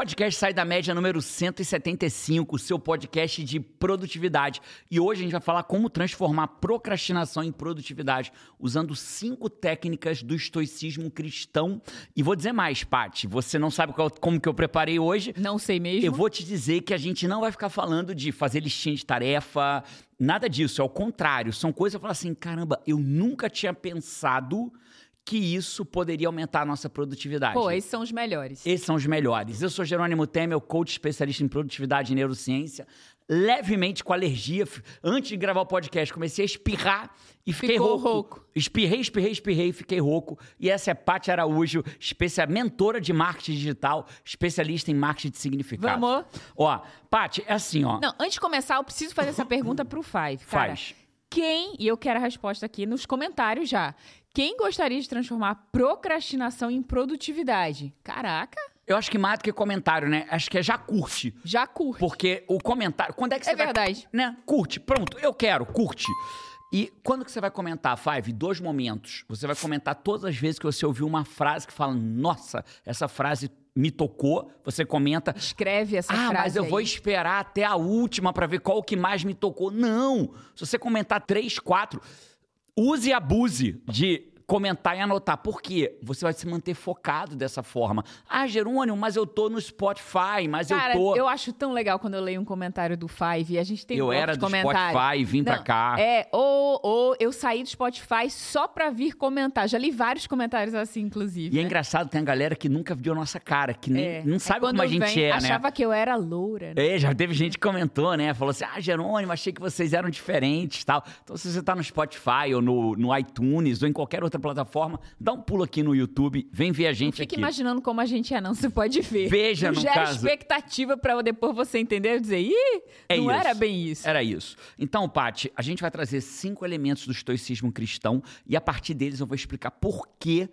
podcast Sai da Média número 175, o seu podcast de produtividade. E hoje a gente vai falar como transformar procrastinação em produtividade, usando 5 técnicas do estoicismo cristão. E vou dizer mais, Paty, você não sabe como que eu preparei hoje. Não sei mesmo. Eu vou te dizer que a gente não vai ficar falando de fazer listinha de tarefa, nada disso, é o contrário. São coisas que eu falo assim, caramba, eu nunca tinha pensado que isso poderia aumentar a nossa produtividade. Pô, esses são os melhores. Esses são os melhores. Eu sou Jerônimo Temer, coach especialista em produtividade e neurociência, levemente com alergia. Antes de gravar o podcast, comecei a espirrar e fiquei rouco. Espirrei e fiquei rouco. E essa é Paty Araújo, mentora de marketing digital, especialista em marketing de significado. Vamos? Ó, Paty, é assim, ó. Não, antes de começar, eu preciso fazer essa pergunta pro Five. Cara, Faz. e eu quero a resposta aqui nos comentários já. Quem gostaria de transformar procrastinação em produtividade? Caraca! Eu acho que mais do que comentário, né? Acho que é já curte. Já curte. Porque o comentário... Quando é que você vai... verdade. Né? Curte. Pronto, eu quero. Curte. E quando que você vai comentar, Five? 2 momentos. Você vai comentar todas as vezes que você ouviu uma frase que fala, nossa, essa frase me tocou. Você comenta... Escreve essa frase mas eu aí. vou esperar até a última pra ver qual que mais me tocou. Não! Se você comentar 3, 4... Use e abuse de comentar e anotar. Por quê? Você vai se manter focado dessa forma. Ah, Jerônimo, mas eu tô no Spotify, mas Cara, eu tô... eu acho tão legal quando eu leio um comentário do Five e a gente tem Eu era do Spotify e vim pra cá. Ou eu saí do Spotify só pra vir comentar. Já li vários comentários assim, inclusive. E é né? engraçado, tem a galera que nunca viu a nossa cara, que nem, não sabe quando como a gente vem, é, né? achava que eu era loura, né? Já teve gente que comentou, né? Falou assim, Jerônimo, achei que vocês eram diferentes e tal. Então, se você tá no Spotify ou no iTunes ou em qualquer outra plataforma, dá um pulo aqui no YouTube, vem ver a gente aqui. Fica imaginando como a gente é, não. Você pode ver. Veja, no gera caso. expectativa pra depois você entender e dizer, não era bem isso. Era isso. Então, Paty, a gente vai trazer 5 elementos do estoicismo cristão e a partir deles eu vou explicar por que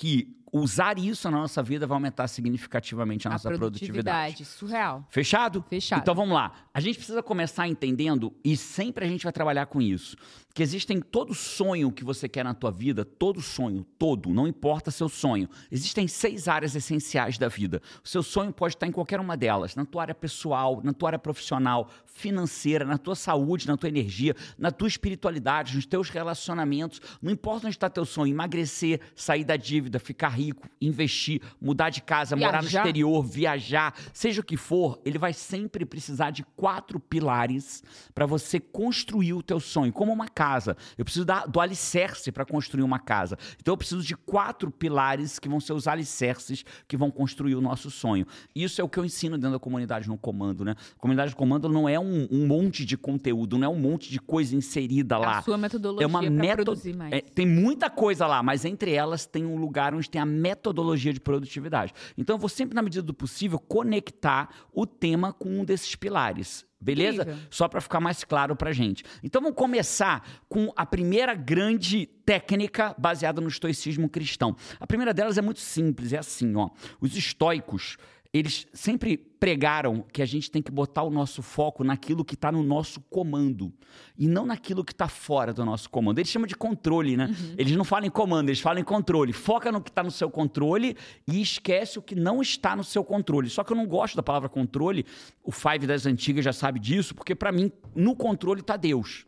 usar isso na nossa vida vai aumentar significativamente a nossa produtividade. Surreal. Fechado? Fechado. Então vamos lá. A gente precisa começar entendendo, e sempre a gente vai trabalhar com isso, que existem todo sonho que você quer na tua vida, todo sonho, não importa seu sonho. Existem 6 áreas essenciais da vida. O seu sonho pode estar em qualquer uma delas, na tua área pessoal, na tua área profissional, financeira, na tua saúde, na tua energia, na tua espiritualidade, nos teus relacionamentos. Não importa onde está teu sonho, emagrecer, sair da dívida, ficar rico, investir, mudar de casa, morar no exterior, viajar, seja o que for, ele vai sempre precisar de 4 pilares para você construir o teu sonho, como uma casa. Eu preciso do alicerce para construir uma casa. Então eu preciso de 4 pilares que vão ser os alicerces que vão construir o nosso sonho. Isso é o que eu ensino dentro da comunidade no comando, né? A comunidade do comando não é um monte de conteúdo, não é um monte de coisa inserida lá. A sua metodologia para produzir mais. Tem muita coisa lá, mas entre elas tem um lugar onde tem a metodologia de produtividade. Então, eu vou sempre, na medida do possível, conectar o tema com um desses pilares. Beleza? Incrível. Só para ficar mais claro pra gente. Então, vamos começar com a primeira grande técnica baseada no estoicismo cristão. A primeira delas é muito simples, é assim, ó. Os estoicos, eles sempre pregaram que a gente tem que botar o nosso foco naquilo que está no nosso comando e não naquilo que está fora do nosso comando. Eles chamam de controle, né? Uhum. Eles não falam em comando, eles falam em controle. Foca no que está no seu controle e esquece o que não está no seu controle. Só que eu não gosto da palavra controle, o Five das antigas já sabe disso, porque para mim, no controle está Deus.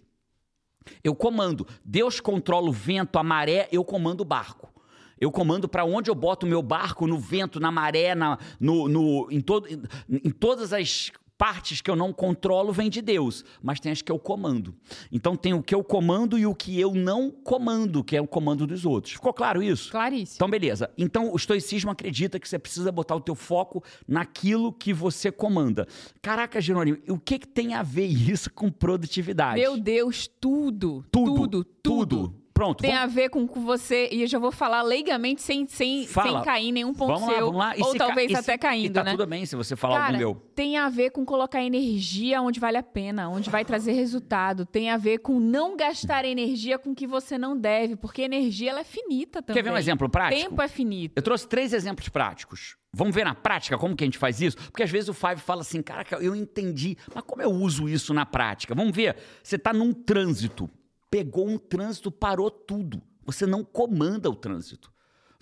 Eu comando. Deus controla o vento, a maré, eu comando o barco. Eu comando para onde eu boto o meu barco, no vento, na maré, em todas as partes que eu não controlo, vem de Deus. Mas tem as que eu comando. Então tem o que eu comando e o que eu não comando, que é o comando dos outros. Ficou claro isso? Claríssimo. Então beleza. Então o estoicismo acredita que você precisa botar o teu foco naquilo que você comanda. Caraca, Jerônimo, o que tem a ver isso com produtividade? Meu Deus, tudo. Pronto. Tem a ver com você, e eu já vou falar leigamente sem cair em nenhum ponto seu. Vamos lá. Ou talvez até caindo, e tá né? tudo bem se você falar algum meu. Tem a ver com colocar energia onde vale a pena, onde vai trazer resultado. Tem a ver com não gastar energia com que você não deve, porque energia ela é finita também. Quer ver um exemplo prático? Tempo é finito. Eu trouxe 3 exemplos práticos. Vamos ver na prática como que a gente faz isso? Porque às vezes o Five fala assim, caraca, eu entendi, mas como eu uso isso na prática? Vamos ver. Você tá num trânsito, pegou um trânsito, parou tudo. Você não comanda o trânsito.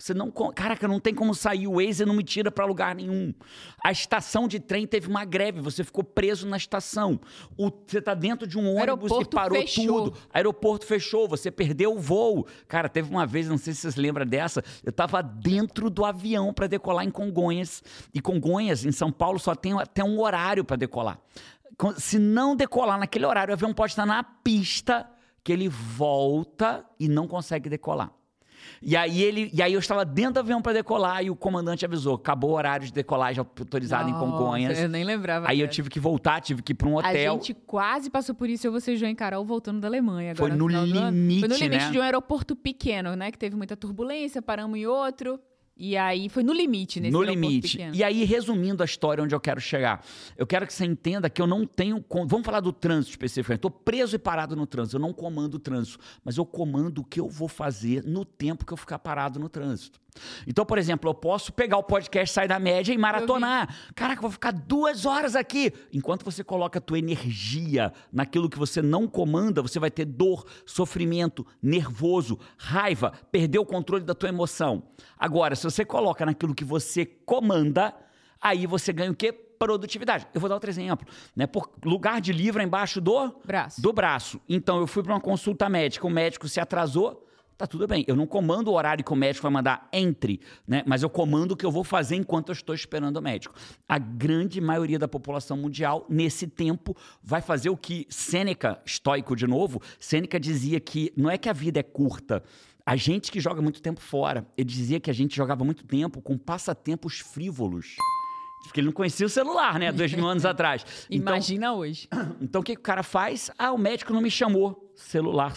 Caraca, não tem como sair, o Waze não me tira para lugar nenhum. A estação de trem teve uma greve, você ficou preso na estação. Você tá dentro de um ônibus e parou tudo. Aeroporto fechou, você perdeu o voo. Cara, teve uma vez, não sei se vocês lembram dessa, eu tava dentro do avião para decolar em Congonhas. E Congonhas, em São Paulo, só tem até um horário para decolar. Se não decolar naquele horário, o avião pode estar na pista que ele volta e não consegue decolar. E aí eu estava dentro do avião para decolar e o comandante avisou, acabou o horário de decolagem autorizado em Congonhas. Eu nem lembrava. Aí eu tive que voltar, tive que ir para um hotel. A gente quase passou por isso, você, João e Carol, voltando da Alemanha. Agora, foi no limite, Foi no limite, né? De um aeroporto pequeno, né? Que teve muita turbulência, paramos em outro. E aí foi no limite nesse aeroporto pequeno. E aí, resumindo a história onde eu quero chegar, eu quero que você entenda que eu não tenho... Vamos falar do trânsito especificamente. Estou preso e parado no trânsito. Eu não comando o trânsito, mas eu comando o que eu vou fazer no tempo que eu ficar parado no trânsito. Então, por exemplo, eu posso pegar o podcast Sai da Média e maratonar. Caraca, eu vou ficar 2 horas aqui. Enquanto você coloca a tua energia naquilo que você não comanda, você vai ter dor, sofrimento, nervoso, raiva, perder o controle da tua emoção. Agora, se você coloca naquilo que você comanda, aí você ganha o quê? Produtividade. Eu vou dar outro exemplo. Né? Por lugar de livro é embaixo do braço. Então, eu fui para uma consulta médica, o médico se atrasou, tá tudo bem. Eu não comando o horário que o médico vai mandar entre, né? Mas eu comando o que eu vou fazer enquanto eu estou esperando o médico. A grande maioria da população mundial, nesse tempo, vai fazer o que Sêneca, estoico de novo, Sêneca dizia que não é que a vida é curta. A gente que joga muito tempo fora, ele dizia que a gente jogava muito tempo com passatempos frívolos. Porque ele não conhecia o celular, né? 2000 anos atrás. Imagina hoje. Então, o que o cara faz? O médico não me chamou. Celular.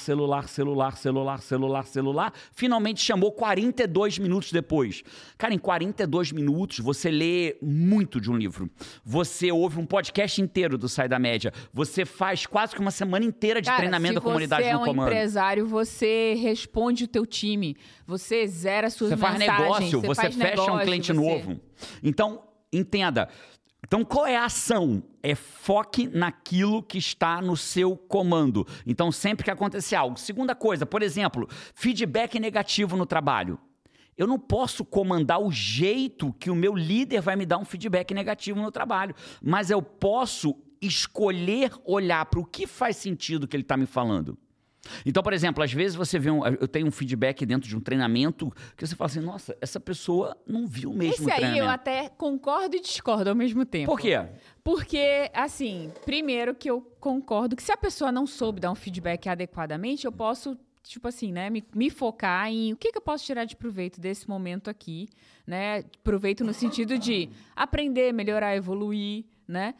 Finalmente chamou 42 minutos depois. Cara, em 42 minutos, você lê muito de um livro. Você ouve um podcast inteiro do Sai da Média. Você faz quase que uma semana inteira de treinamento da comunidade no comando. Se você é um empresário, você responde o teu time. Você zera suas mensagens. Você faz negócio, você fecha um cliente novo. Então, entenda. Então, qual é a ação? É foque naquilo que está no seu comando. Então, sempre que acontecer algo. Segunda coisa, por exemplo, feedback negativo no trabalho. Eu não posso comandar o jeito que o meu líder vai me dar um feedback negativo no trabalho, mas eu posso escolher olhar para o que faz sentido que ele está me falando. Então, por exemplo, às vezes você vê eu tenho um feedback dentro de um treinamento que você fala assim, nossa, essa pessoa não viu o mesmo treinamento. Esse aí eu até concordo e discordo ao mesmo tempo. Por quê? Porque, assim, primeiro que eu concordo que se a pessoa não soube dar um feedback adequadamente, eu posso, tipo assim, né, me focar em o que eu posso tirar de proveito desse momento aqui, né? Proveito no sentido de aprender, melhorar, evoluir, né?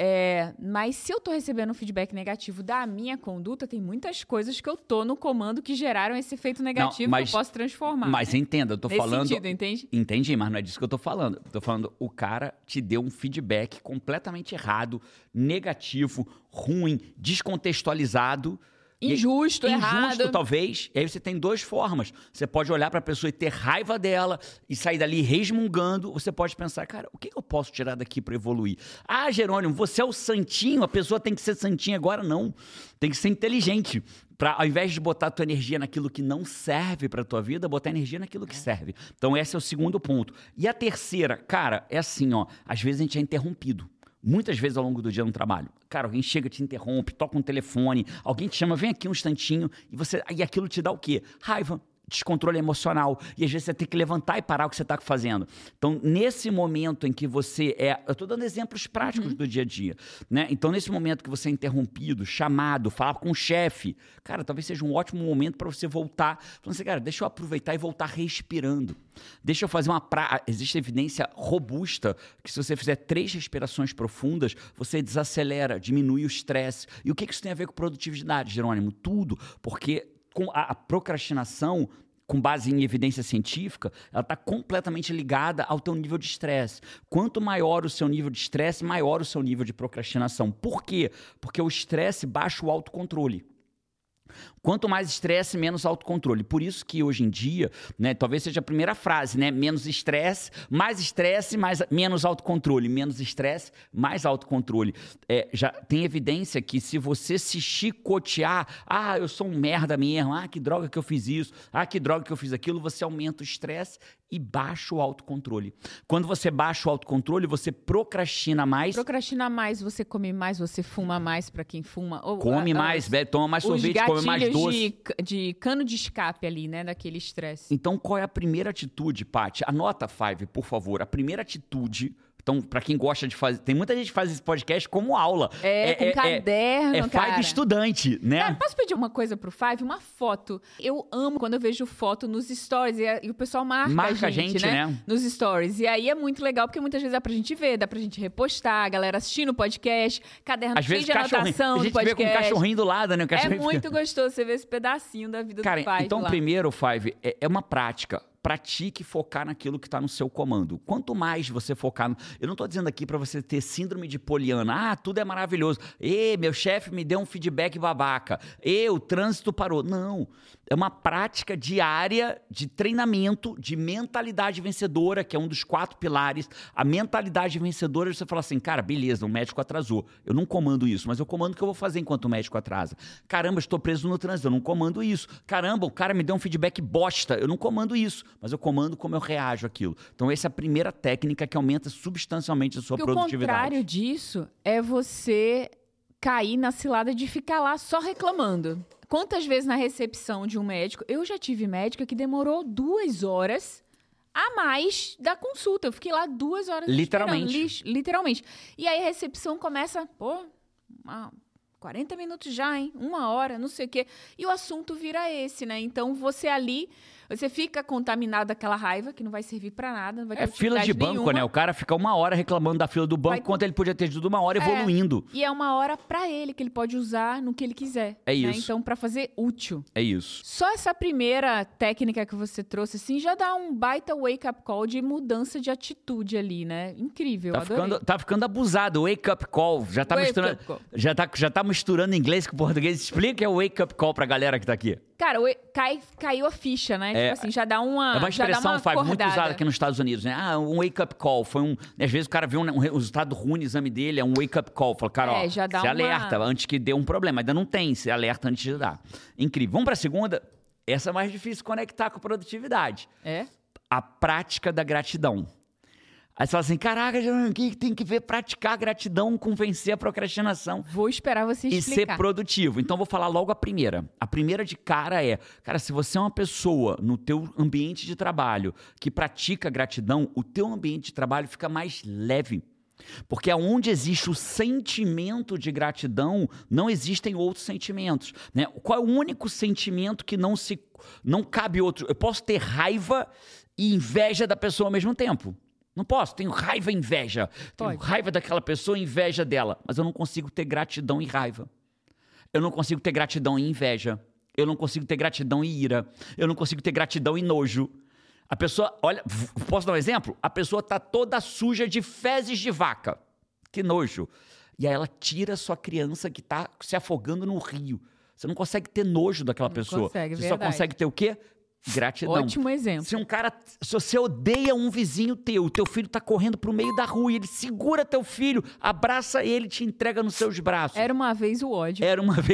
Mas se eu tô recebendo um feedback negativo da minha conduta, tem muitas coisas que eu tô no comando que geraram esse efeito negativo que eu posso transformar. Mas entenda, eu tô falando... Nesse sentido, entende? Entendi, mas não é disso que eu tô falando. Eu tô falando, o cara te deu um feedback completamente errado, negativo, ruim, descontextualizado... Injusto, errado. Injusto, talvez. E aí você tem 2 formas. Você pode olhar para a pessoa e ter raiva dela e sair dali resmungando. Você pode pensar, cara, o que eu posso tirar daqui para evoluir? Jerônimo, você é o santinho, a pessoa tem que ser santinha agora, não. Tem que ser inteligente. Ao invés de botar a tua energia naquilo que não serve para a tua vida, botar energia naquilo que serve. Então, esse é o segundo ponto. E a terceira, cara, é assim, ó. Às vezes a gente é interrompido. Muitas vezes ao longo do dia no trabalho. Cara, alguém chega, te interrompe, toca um telefone, alguém te chama, vem aqui um instantinho, e aquilo te dá o quê? Raiva, descontrole emocional. E às vezes você tem que levantar e parar o que você está fazendo. Então, nesse momento em que você eu estou dando exemplos práticos do dia a dia, né? Então, nesse momento que você é interrompido, chamado, falar com o chefe, cara, talvez seja um ótimo momento para você voltar, falando assim, cara, deixa eu aproveitar e voltar respirando. Deixa eu fazer existe evidência robusta que se você fizer 3 respirações profundas, você desacelera, diminui o estresse. E o que isso tem a ver com produtividade, Jerônimo? Tudo, porque com a procrastinação, com base em evidência científica, ela está completamente ligada ao teu nível de estresse. Quanto maior o seu nível de estresse, maior o seu nível de procrastinação. Por quê? Porque o estresse baixa o autocontrole. Quanto mais estresse, menos autocontrole. Por isso que hoje em dia, né, talvez seja a primeira frase, né? Menos estresse, menos autocontrole. Menos estresse, mais autocontrole. Já tem evidência que se você se chicotear, eu sou um merda mesmo, que droga que eu fiz isso, que droga que eu fiz aquilo, você aumenta o estresse e baixa o autocontrole. Quando você baixa o autocontrole, você procrastina mais. Procrastina mais, você come mais, você fuma mais para quem fuma. Come mais, toma mais sorvete, come mais doce. De cano de escape ali, né, daquele estresse. Então, qual é a primeira atitude, Paty? Anota, Five, por favor. A primeira atitude... Então, pra quem gosta de fazer... Tem muita gente que faz esse podcast como aula. Com caderno, cara. Five estudante, né? Cara, posso pedir uma coisa pro Five? Uma foto. Eu amo quando eu vejo foto nos stories. E o pessoal marca a gente, né? Nos stories. E aí é muito legal, porque muitas vezes dá pra gente ver, dá pra gente repostar, a galera assistindo o podcast, caderno cheio de anotação do podcast. A gente vê com o cachorrinho do lado, né? É muito gostoso você ver esse pedacinho da vida do Five. Cara, então primeiro, Five, é uma prática. Pratique focar naquilo que está no seu comando. Quanto mais você focar... Eu não estou dizendo aqui para você ter síndrome de Poliana. Tudo é maravilhoso. Meu chefe me deu um feedback babaca. O trânsito parou. Não. É uma prática diária de treinamento, de mentalidade vencedora, que é um dos 4 pilares. A mentalidade vencedora, você fala assim, cara, beleza, o médico atrasou. Eu não comando isso, mas eu comando o que eu vou fazer enquanto o médico atrasa. Caramba, estou preso no trânsito, eu não comando isso. Caramba, o cara me deu um feedback bosta. Eu não comando isso, mas eu comando como eu reajo àquilo. Então, essa é a primeira técnica que aumenta substancialmente a sua produtividade. O contrário disso é você cair na cilada de ficar lá só reclamando. Quantas vezes na recepção de um médico... Eu já tive médica que demorou 2 horas a mais da consulta. Eu fiquei lá 2 horas literalmente. Literalmente. E aí a recepção começa... 40 minutos já, hein? 1 hora, não sei o quê. E o assunto vira esse, né? Então, você ali... Você fica contaminado daquela raiva, que não vai servir pra nada, não vai ter fila de banco, nenhuma. Né? O cara fica 1 hora reclamando da fila do banco, quando ele podia ter tido 1 hora evoluindo. E é 1 hora pra ele, que ele pode usar no que ele quiser. É isso. Né? Então, pra fazer útil. É isso. Só essa primeira técnica que você trouxe, assim, já dá um baita wake-up call de mudança de atitude ali, né? Incrível, Tá ficando abusado. Wake-up call. Já tá misturando inglês com português. Explica o que é o wake-up call pra galera que tá aqui. Cara, caiu a ficha, né? Tipo assim, já dá uma. É uma expressão muito usada aqui nos Estados Unidos, né? Um wake-up call. Às vezes o cara vê um resultado ruim no exame dele, é um wake-up call. Fala, cara, já dá você alerta antes que dê um problema. Ainda não tem, você alerta antes de dar. Incrível. Vamos pra segunda? Essa é mais difícil conectar com produtividade. A prática da gratidão. Aí você fala assim, caraca, o que tem que ver praticar gratidão com vencer a procrastinação? Vou esperar você explicar. E ser produtivo. Então, vou falar logo a primeira. A primeira de cara é, cara, se você é uma pessoa no teu ambiente de trabalho que pratica gratidão, o teu ambiente de trabalho fica mais leve. Porque onde existe o sentimento de gratidão, não existem outros sentimentos. Né? Qual é o único sentimento que não cabe outro? Eu posso ter raiva e inveja da pessoa ao mesmo tempo. Não posso, tenho raiva e inveja. Tenho raiva daquela pessoa e inveja dela. Mas eu não consigo ter gratidão e raiva. Eu não consigo ter gratidão e inveja. Eu não consigo ter gratidão e ira. Eu não consigo ter gratidão e nojo. A pessoa, olha, posso dar um exemplo? A pessoa tá toda suja de fezes de vaca. Que nojo. E aí ela tira a sua criança que tá se afogando no rio. Você não consegue ter nojo daquela pessoa. Você só consegue ter o quê? Gratidão. Ótimo exemplo. Se você odeia um vizinho teu filho tá correndo pro meio da rua e ele segura teu filho, abraça ele e te entrega nos seus braços. Era uma vez o ódio.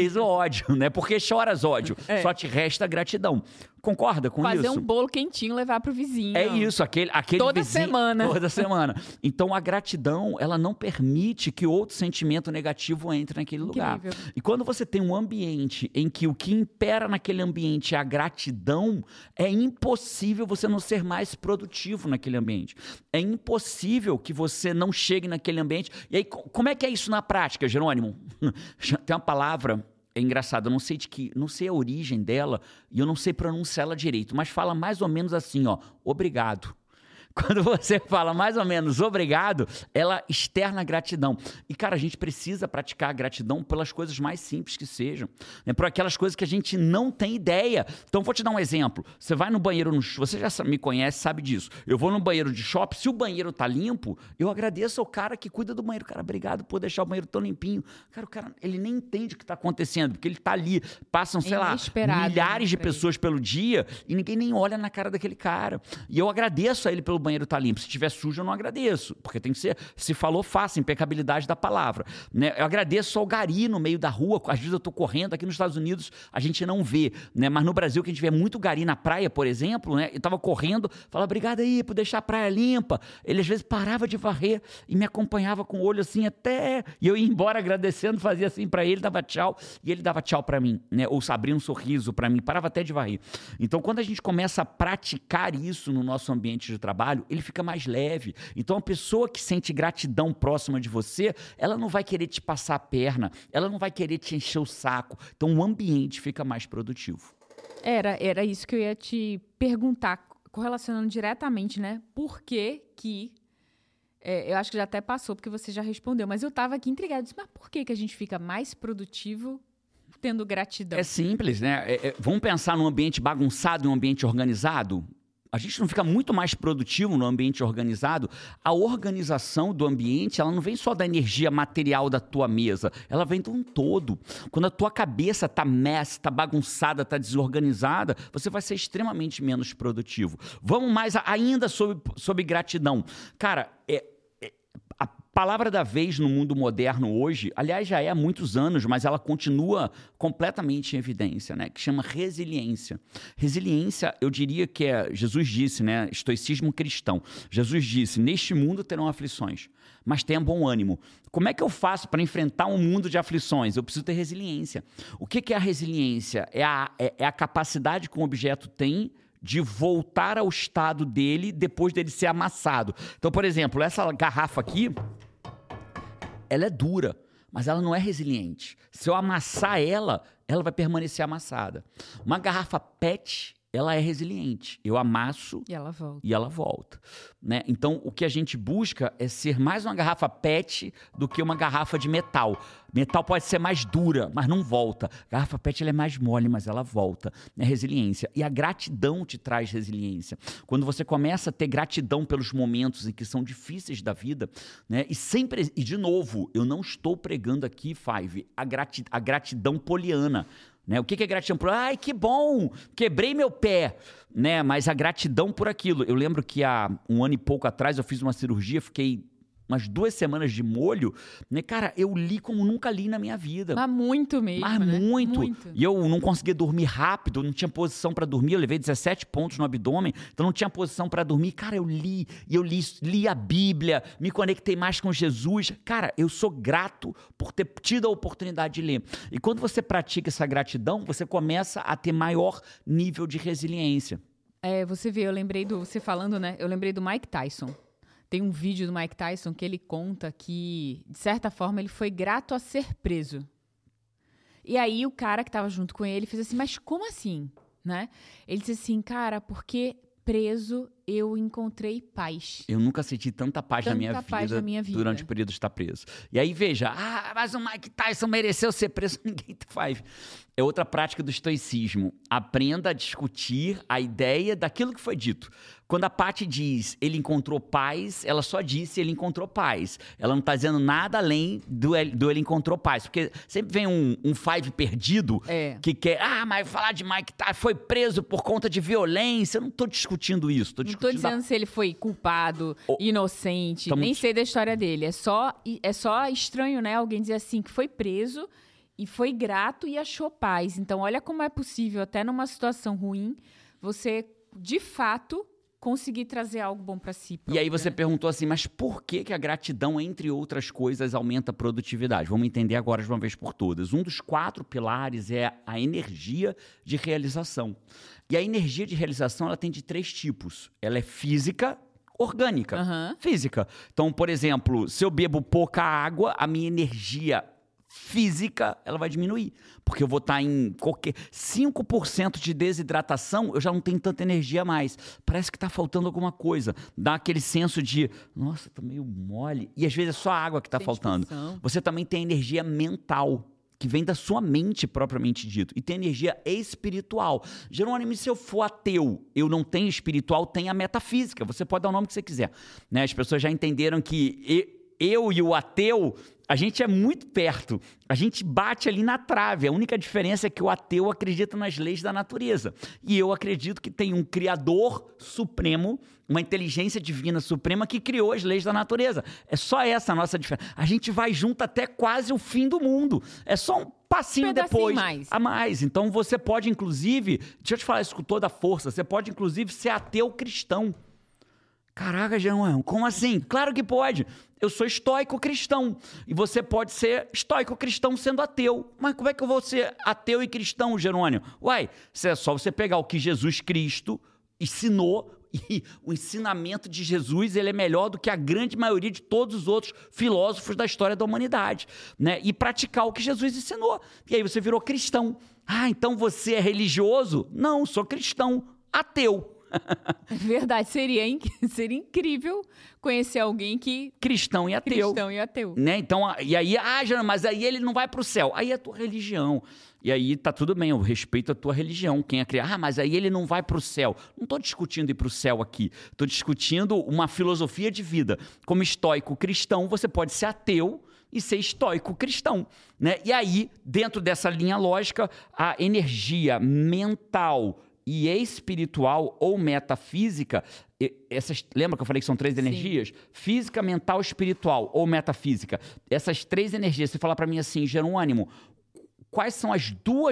Né? Porque choras ódio. Só te resta gratidão. Concorda com isso? Fazer um bolo quentinho, levar pro vizinho. É isso, aquele toda vizinho... Toda semana. Então, a gratidão, ela não permite que outro sentimento negativo entre naquele lugar. E quando você tem um ambiente em que o que impera naquele ambiente é a gratidão, é impossível você não ser mais produtivo naquele ambiente. É impossível que você não chegue naquele ambiente. E aí, como é que é isso na prática, Jerônimo? Tem uma palavra... É engraçado, eu não sei a origem dela e eu não sei pronunciar ela direito, mas fala mais ou menos assim, ó, obrigado. quando você fala mais ou menos obrigado, ela externa gratidão. E, cara, a gente precisa praticar a gratidão pelas coisas mais simples que sejam, né? Por aquelas coisas que a gente não tem ideia. Então, vou te dar um exemplo. Você vai no banheiro, você já me conhece, sabe disso. Eu vou no banheiro de shopping, se o banheiro tá limpo, eu agradeço ao cara que cuida do banheiro. Cara, obrigado por deixar o banheiro tão limpinho. Cara, o cara, ele nem entende o que tá acontecendo, porque ele tá ali, passam, sei lá, milhares de pessoas pelo dia e ninguém nem olha na cara daquele cara. E eu agradeço a ele pelo banheiro estar limpo. Se tiver sujo, eu não agradeço, porque tem que ser, se falou, faça, impecabilidade da palavra, né? Eu agradeço ao gari no meio da rua, às vezes eu tô correndo, aqui nos Estados Unidos a gente não vê, né? Mas no Brasil, que a gente vê muito gari na praia, por exemplo, né? Eu tava correndo, falava, obrigado aí por deixar a praia limpa. Ele às vezes parava de varrer e me acompanhava com o olho assim até... E eu ia embora agradecendo, fazia assim pra ele, dava tchau, e ele dava tchau pra mim, né? Ou abria um sorriso pra mim, parava até de varrer. Então, quando a gente começa a praticar isso no nosso ambiente de trabalho, ele fica mais leve. Então, a pessoa que sente gratidão próxima de você, ela não vai querer te passar a perna, ela não vai querer te encher o saco. Então, o ambiente fica mais produtivo. Era isso que eu ia te perguntar, correlacionando diretamente, né? Por que eu acho que já até passou, porque você já respondeu, mas eu estava aqui intrigada. Mas por que a gente fica mais produtivo tendo gratidão? É simples, né? Vamos pensar num ambiente bagunçado e um ambiente organizado? A gente não fica muito mais produtivo no ambiente organizado? A organização do ambiente, ela não vem só da energia material da tua mesa, ela vem de um todo. Quando a tua cabeça tá tá bagunçada, tá desorganizada, você vai ser extremamente menos produtivo. Vamos mais ainda sobre gratidão. Cara, a palavra da vez no mundo moderno hoje, aliás, já é há muitos anos, mas ela continua completamente em evidência, né? Que chama resiliência. Resiliência, eu diria que Jesus disse, né? Estoicismo cristão. Jesus disse, neste mundo terão aflições, mas tenha bom ânimo. Como é que eu faço para enfrentar um mundo de aflições? Eu preciso ter resiliência. O que é a resiliência? É a capacidade que um objeto tem de voltar ao estado dele depois dele ser amassado. Então, por exemplo, essa garrafa aqui, ela é dura, mas ela não é resiliente. Se eu amassar ela, ela vai permanecer amassada. Uma garrafa PET, ela é resiliente. Eu amasso e ela volta. Né? Então, o que a gente busca é ser mais uma garrafa PET do que uma garrafa de metal. Metal pode ser mais dura, mas não volta. Garrafa PET ela é mais mole, mas ela volta. É resiliência. E a gratidão te traz resiliência. Quando você começa a ter gratidão pelos momentos em que são difíceis da vida, né? E de novo, eu não estou pregando aqui, Five, a gratidão poliana. Né? O que é gratidão? Ai, que bom! Quebrei meu pé! Né? Mas a gratidão por aquilo. Eu lembro que há um ano e pouco atrás eu fiz uma cirurgia, fiquei umas 2 semanas de molho, né? Cara, eu li como nunca li na minha vida. Mas muito mesmo, Mas né? muito. E eu não conseguia dormir rápido, não tinha posição para dormir, eu levei 17 pontos no abdômen, então não tinha posição para dormir. Cara, eu li a Bíblia, me conectei mais com Jesus. Cara, eu sou grato por ter tido a oportunidade de ler. E quando você pratica essa gratidão, você começa a ter maior nível de resiliência. Você vê, você falando, né? Eu lembrei do Mike Tyson. Tem um vídeo do Mike Tyson que ele conta que, de certa forma, ele foi grato a ser preso. E aí o cara que estava junto com ele fez assim, mas como assim? Né? Ele disse assim, cara, porque preso eu encontrei paz. Eu nunca senti tanta paz na minha vida durante o período de estar preso. E aí, veja, mas o Mike Tyson mereceu ser preso, ninguém faz. É outra prática do estoicismo. Aprenda a discutir a ideia daquilo que foi dito. Quando a Paty diz, ele encontrou paz, ela só disse, ele encontrou paz. Ela não está dizendo nada além do ele encontrou paz. Porque sempre vem um Five perdido que quer, mas falar de Mike Tyson, foi preso por conta de violência. Eu não estou discutindo isso. Não estou dizendo se ele foi culpado, inocente, nem sei da história dele. É só estranho, né? Alguém dizer assim, que foi preso e foi grato e achou paz. Então, olha como é possível, até numa situação ruim, você, de fato, conseguir trazer algo bom para si próprio, E aí você perguntou assim, mas por que a gratidão, entre outras coisas, aumenta a produtividade? Vamos entender agora de uma vez por todas. Um dos 4 pilares é a energia de realização. E a energia de realização, ela tem de 3 tipos. Ela é física, orgânica. Física. Então, por exemplo, se eu bebo pouca água, a minha energia física, ela vai diminuir. Porque eu vou estar em qualquer 5% de desidratação, eu já não tenho tanta energia mais. Parece que está faltando alguma coisa. Dá aquele senso de, nossa, tô meio mole. E às vezes é só a água que está faltando. Você também tem energia mental, que vem da sua mente propriamente dito. E tem energia espiritual. Jerônimo, se eu for ateu, eu não tenho espiritual, tem a metafísica. Você pode dar o nome que você quiser. Né? As pessoas já entenderam que eu e o ateu, a gente é muito perto. A gente bate ali na trave. A única diferença é que o ateu acredita nas leis da natureza. E eu acredito que tem um Criador supremo, uma inteligência divina suprema que criou as leis da natureza. É só essa a nossa diferença. A gente vai junto até quase o fim do mundo. É só um passinho depois. A mais. Então você pode, inclusive, deixa eu te falar isso com toda a força, você pode, inclusive, ser ateu cristão. Caraca, Jerônimo, como assim? Claro que pode. Eu sou estoico cristão. E você pode ser estoico cristão sendo ateu. Mas como é que eu vou ser ateu e cristão, Jerônimo? Uai, é só você pegar o que Jesus Cristo ensinou. E o ensinamento de Jesus, ele é melhor do que a grande maioria de todos os outros filósofos da história da humanidade, né? E praticar o que Jesus ensinou. E aí você virou cristão. Ah, então você é religioso? Não, sou cristão, ateu. É verdade, seria incrível conhecer alguém que... Cristão e ateu. Né? Então, e aí, Jana, mas aí ele não vai para o céu. Aí é a tua religião. E aí tá tudo bem, eu respeito a tua religião. Quem é criar, mas aí ele não vai para o céu. Não estou discutindo ir para o céu aqui. Estou discutindo uma filosofia de vida. Como estoico cristão, você pode ser ateu e ser estoico cristão, né? E aí, dentro dessa linha lógica, a energia mental e espiritual ou metafísica, lembra que eu falei que são 3 energias? Sim. Física, mental, espiritual ou metafísica. Essas 3 energias, você fala para mim assim, Jerônimo, quais são as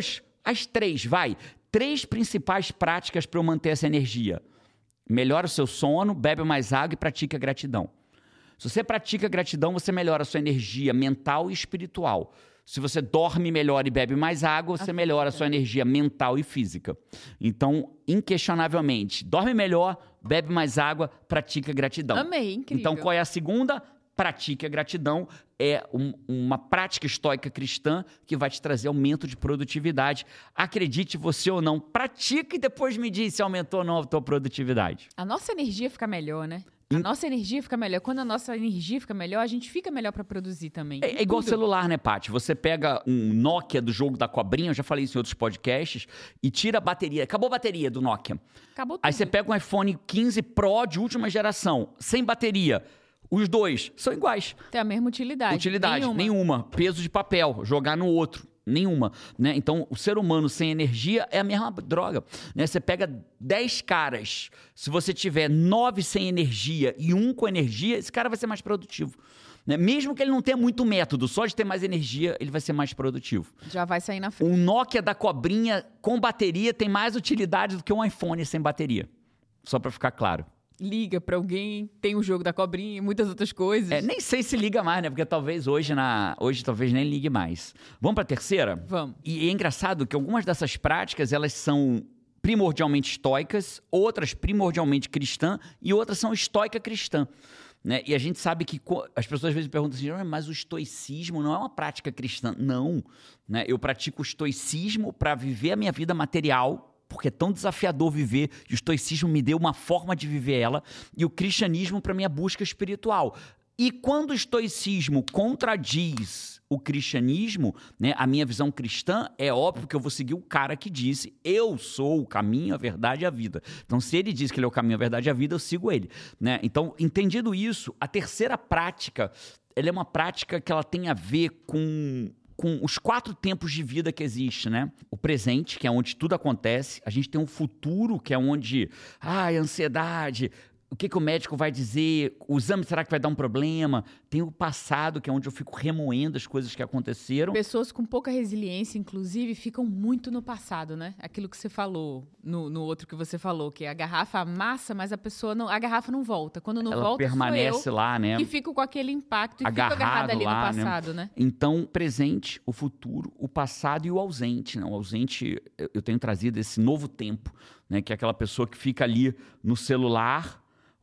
3 principais práticas para eu manter essa energia? Melhora o seu sono, bebe mais água e pratica gratidão. Se você pratica gratidão, você melhora a sua energia mental e espiritual. Se você dorme melhor e bebe mais água, você melhora a sua energia mental e física. Então, inquestionavelmente, dorme melhor, bebe mais água, pratica gratidão. Amei, incrível. Então, qual é a segunda? Pratique a gratidão. É uma prática estoica cristã que vai te trazer aumento de produtividade. Acredite você ou não, pratica e depois me diz se aumentou ou não a tua produtividade. A nossa energia fica melhor, né? A nossa energia fica melhor. Quando a nossa energia fica melhor, a gente fica melhor para produzir também. É igual celular, né, Paty? Você pega um Nokia do jogo da cobrinha, eu já falei isso em outros podcasts, e tira a bateria. Acabou a bateria do Nokia. Acabou tudo. Aí você pega um iPhone 15 Pro de última geração, sem bateria. Os dois são iguais. Tem a mesma utilidade. Nenhuma. Peso de papel, jogar no outro. Nenhuma, né? Então, o ser humano sem energia é a mesma droga, né? Você pega 10 caras, se você tiver 9 sem energia e 1 com energia, esse cara vai ser mais produtivo, né? Mesmo que ele não tenha muito método, só de ter mais energia, ele vai ser mais produtivo. Já vai sair na frente. Um Nokia da cobrinha com bateria tem mais utilidade do que um iPhone sem bateria, só para ficar claro. Liga pra alguém, tem o jogo da cobrinha e muitas outras coisas. Nem sei se liga mais, né? Porque talvez hoje talvez nem ligue mais. Vamos pra terceira? Vamos. E é engraçado que algumas dessas práticas, elas são primordialmente estoicas, outras primordialmente cristã e outras são estoica cristã. Né? E a gente sabe que as pessoas às vezes perguntam assim, mas o estoicismo não é uma prática cristã. Não. Né? Eu pratico o estoicismo para viver a minha vida material, porque é tão desafiador viver, e o estoicismo me deu uma forma de viver ela, e o cristianismo para minha busca espiritual. E quando o estoicismo contradiz o cristianismo, né, a minha visão cristã, é óbvio que eu vou seguir o cara que disse, eu sou o caminho, a verdade e a vida. Então, se ele diz que ele é o caminho, a verdade e a vida, eu sigo ele. Né? Então, entendido isso, a terceira prática, ela é uma prática que ela tem a ver com os 4 tempos de vida que existe, né? O presente, que é onde tudo acontece. A gente tem um futuro, que é onde... ansiedade... O que o médico vai dizer? O exame, será que vai dar um problema? Tem o passado, que é onde eu fico remoendo as coisas que aconteceram. Pessoas com pouca resiliência, inclusive, ficam muito no passado, né? Aquilo que você falou, no outro que você falou, que a garrafa amassa, mas a garrafa não volta. Quando não volta, permanece sou eu lá, né? E fico com aquele impacto e fico agarrada ali lá, no passado, né? Então, presente, o futuro, o passado e o ausente, né? O ausente, eu tenho trazido esse novo tempo, né? Que é aquela pessoa que fica ali no celular,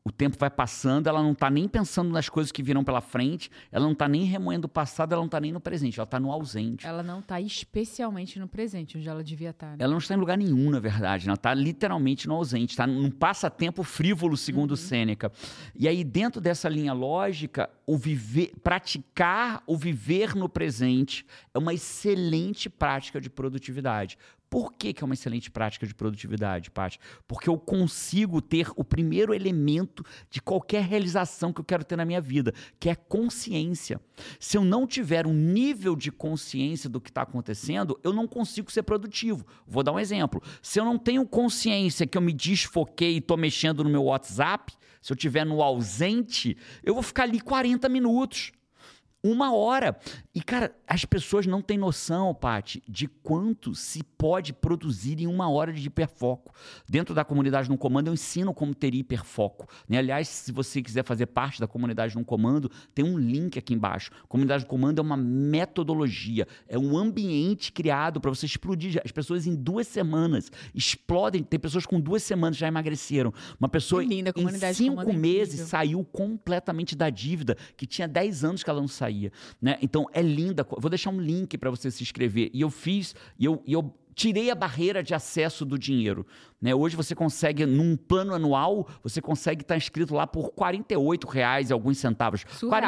O tempo vai passando, ela não tá nem pensando nas coisas que virão pela frente, ela não tá nem remoendo o passado, ela não tá nem no presente, ela tá no ausente. Ela não tá especialmente no presente, onde ela devia estar. Né? Ela não está em lugar nenhum, na verdade. Ela está literalmente no ausente. Está num passatempo frívolo, segundo Sêneca. E aí, dentro dessa linha lógica, praticar o viver no presente é uma excelente prática de produtividade. Por que é uma excelente prática de produtividade, Paty? Porque eu consigo ter o primeiro elemento de qualquer realização que eu quero ter na minha vida, que é consciência. Se eu não tiver um nível de consciência do que está acontecendo, eu não consigo ser produtivo. Vou dar um exemplo. Se eu não tenho consciência que eu me desfoquei e estou mexendo no meu WhatsApp, se eu estiver no ausente, eu vou ficar ali 40 minutos. 1 hora. E, cara, as pessoas não têm noção, Paty, de quanto se pode produzir em 1 hora de hiperfoco. Dentro da comunidade no comando, eu ensino como ter hiperfoco. Né? Aliás, se você quiser fazer parte da comunidade no comando, tem um link aqui embaixo. Comunidade no comando é uma metodologia, é um ambiente criado para você explodir. As pessoas em 2 semanas explodem. Tem pessoas com 2 semanas já emagreceram. Uma pessoa em 5 meses saiu completamente da dívida, que tinha 10 anos que ela não saía. Né? Então é linda, vou deixar um link para você se inscrever. E eu tirei a barreira de acesso do dinheiro. Né? Hoje você consegue, num plano anual, você consegue estar inscrito lá por R$48 e alguns centavos.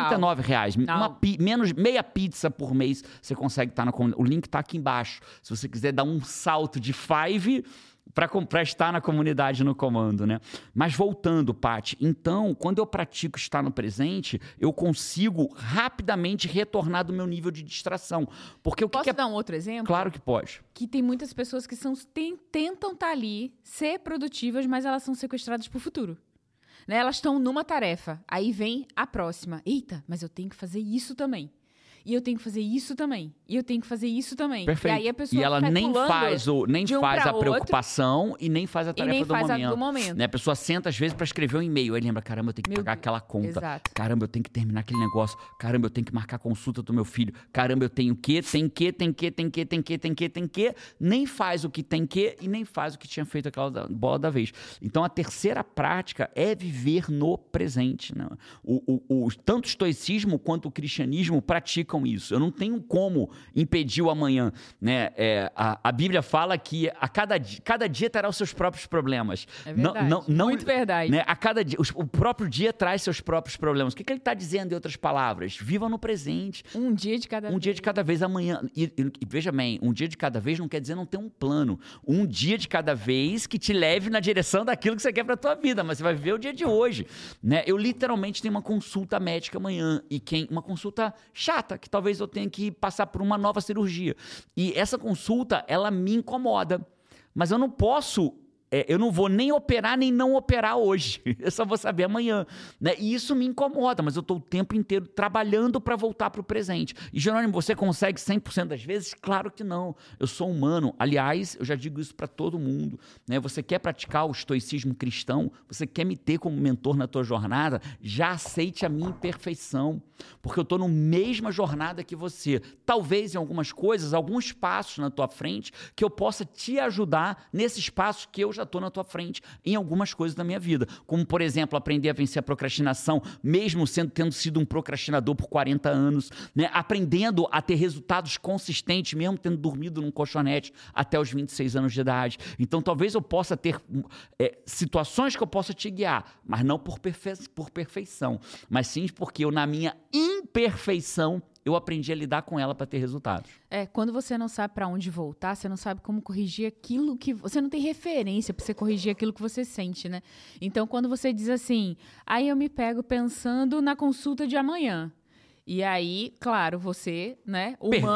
R$49. Menos meia pizza por mês você consegue estar na comunidade. O link está aqui embaixo. Se você quiser dar um salto de 5 para estar na comunidade no comando, né? Mas voltando, Paty, então, quando eu pratico estar no presente, eu consigo rapidamente retornar do meu nível de distração. Porque Posso dar um outro exemplo? Claro que pode. Que tem muitas pessoas que tentam estar ali, ser produtivas, mas elas são sequestradas para o futuro. Né? Elas estão numa tarefa, aí vem a próxima. Eita, mas eu tenho que fazer isso também. E eu tenho que fazer isso também. E eu tenho que fazer isso também. Perfeito. E aí a pessoa ela nem faz a preocupação e nem faz a tarefa do momento. Né? A pessoa senta às vezes para escrever um e-mail. Aí lembra, caramba, eu tenho que pagar aquela conta. Exato. Caramba, eu tenho que terminar aquele negócio. Caramba, eu tenho que marcar a consulta do meu filho. Caramba, eu tenho que. Nem faz o que tem que e nem faz o que tinha feito aquela bola da vez. Então a terceira prática é viver no presente. Né? Tanto o estoicismo quanto o cristianismo praticam isso. Eu não tenho como impedir o amanhã. Né? A Bíblia fala que cada dia terá os seus próprios problemas. É verdade. Muito verdade. Né? A cada dia, o próprio dia traz seus próprios problemas. O que ele está dizendo, em outras palavras? Viva no presente. Um dia de cada vez. Um dia de cada vez. Amanhã. E veja bem, um dia de cada vez não quer dizer não ter um plano. Um dia de cada vez que te leve na direção daquilo que você quer para a tua vida. Mas você vai viver o dia de hoje. Né? Eu literalmente tenho uma consulta médica amanhã. Uma consulta chata, que talvez eu tenha que passar por uma nova cirurgia. E essa consulta, ela me incomoda. Mas eu não posso... eu não vou nem operar, nem não operar hoje. Eu só vou saber amanhã. Né? E isso me incomoda, mas eu estou o tempo inteiro trabalhando para voltar para o presente. E, Jerônimo, você consegue 100% das vezes? Claro que não. Eu sou humano. Aliás, eu já digo isso para todo mundo. Né? Você quer praticar o estoicismo cristão? Você quer me ter como mentor na tua jornada? Já aceite a minha imperfeição. Porque eu estou na mesma jornada que você. Talvez em algumas coisas, alguns passos na tua frente, que eu possa te ajudar nesses passos que eu já estou na tua frente em algumas coisas da minha vida. Como, por exemplo, aprender a vencer a procrastinação, mesmo tendo sido um procrastinador por 40 anos, né? Aprendendo a ter resultados consistentes, mesmo tendo dormido num colchonete até os 26 anos de idade. Então, talvez eu possa ter situações que eu possa te guiar, mas não por perfeição, mas sim porque eu, na minha imperfeição, eu aprendi a lidar com ela para ter resultados. Quando você não sabe para onde voltar, você não sabe como corrigir aquilo que... Você não tem referência para você corrigir aquilo que você sente, né? Então, quando você diz assim, aí eu me pego pensando na consulta de amanhã. E aí, claro, você, né, humano...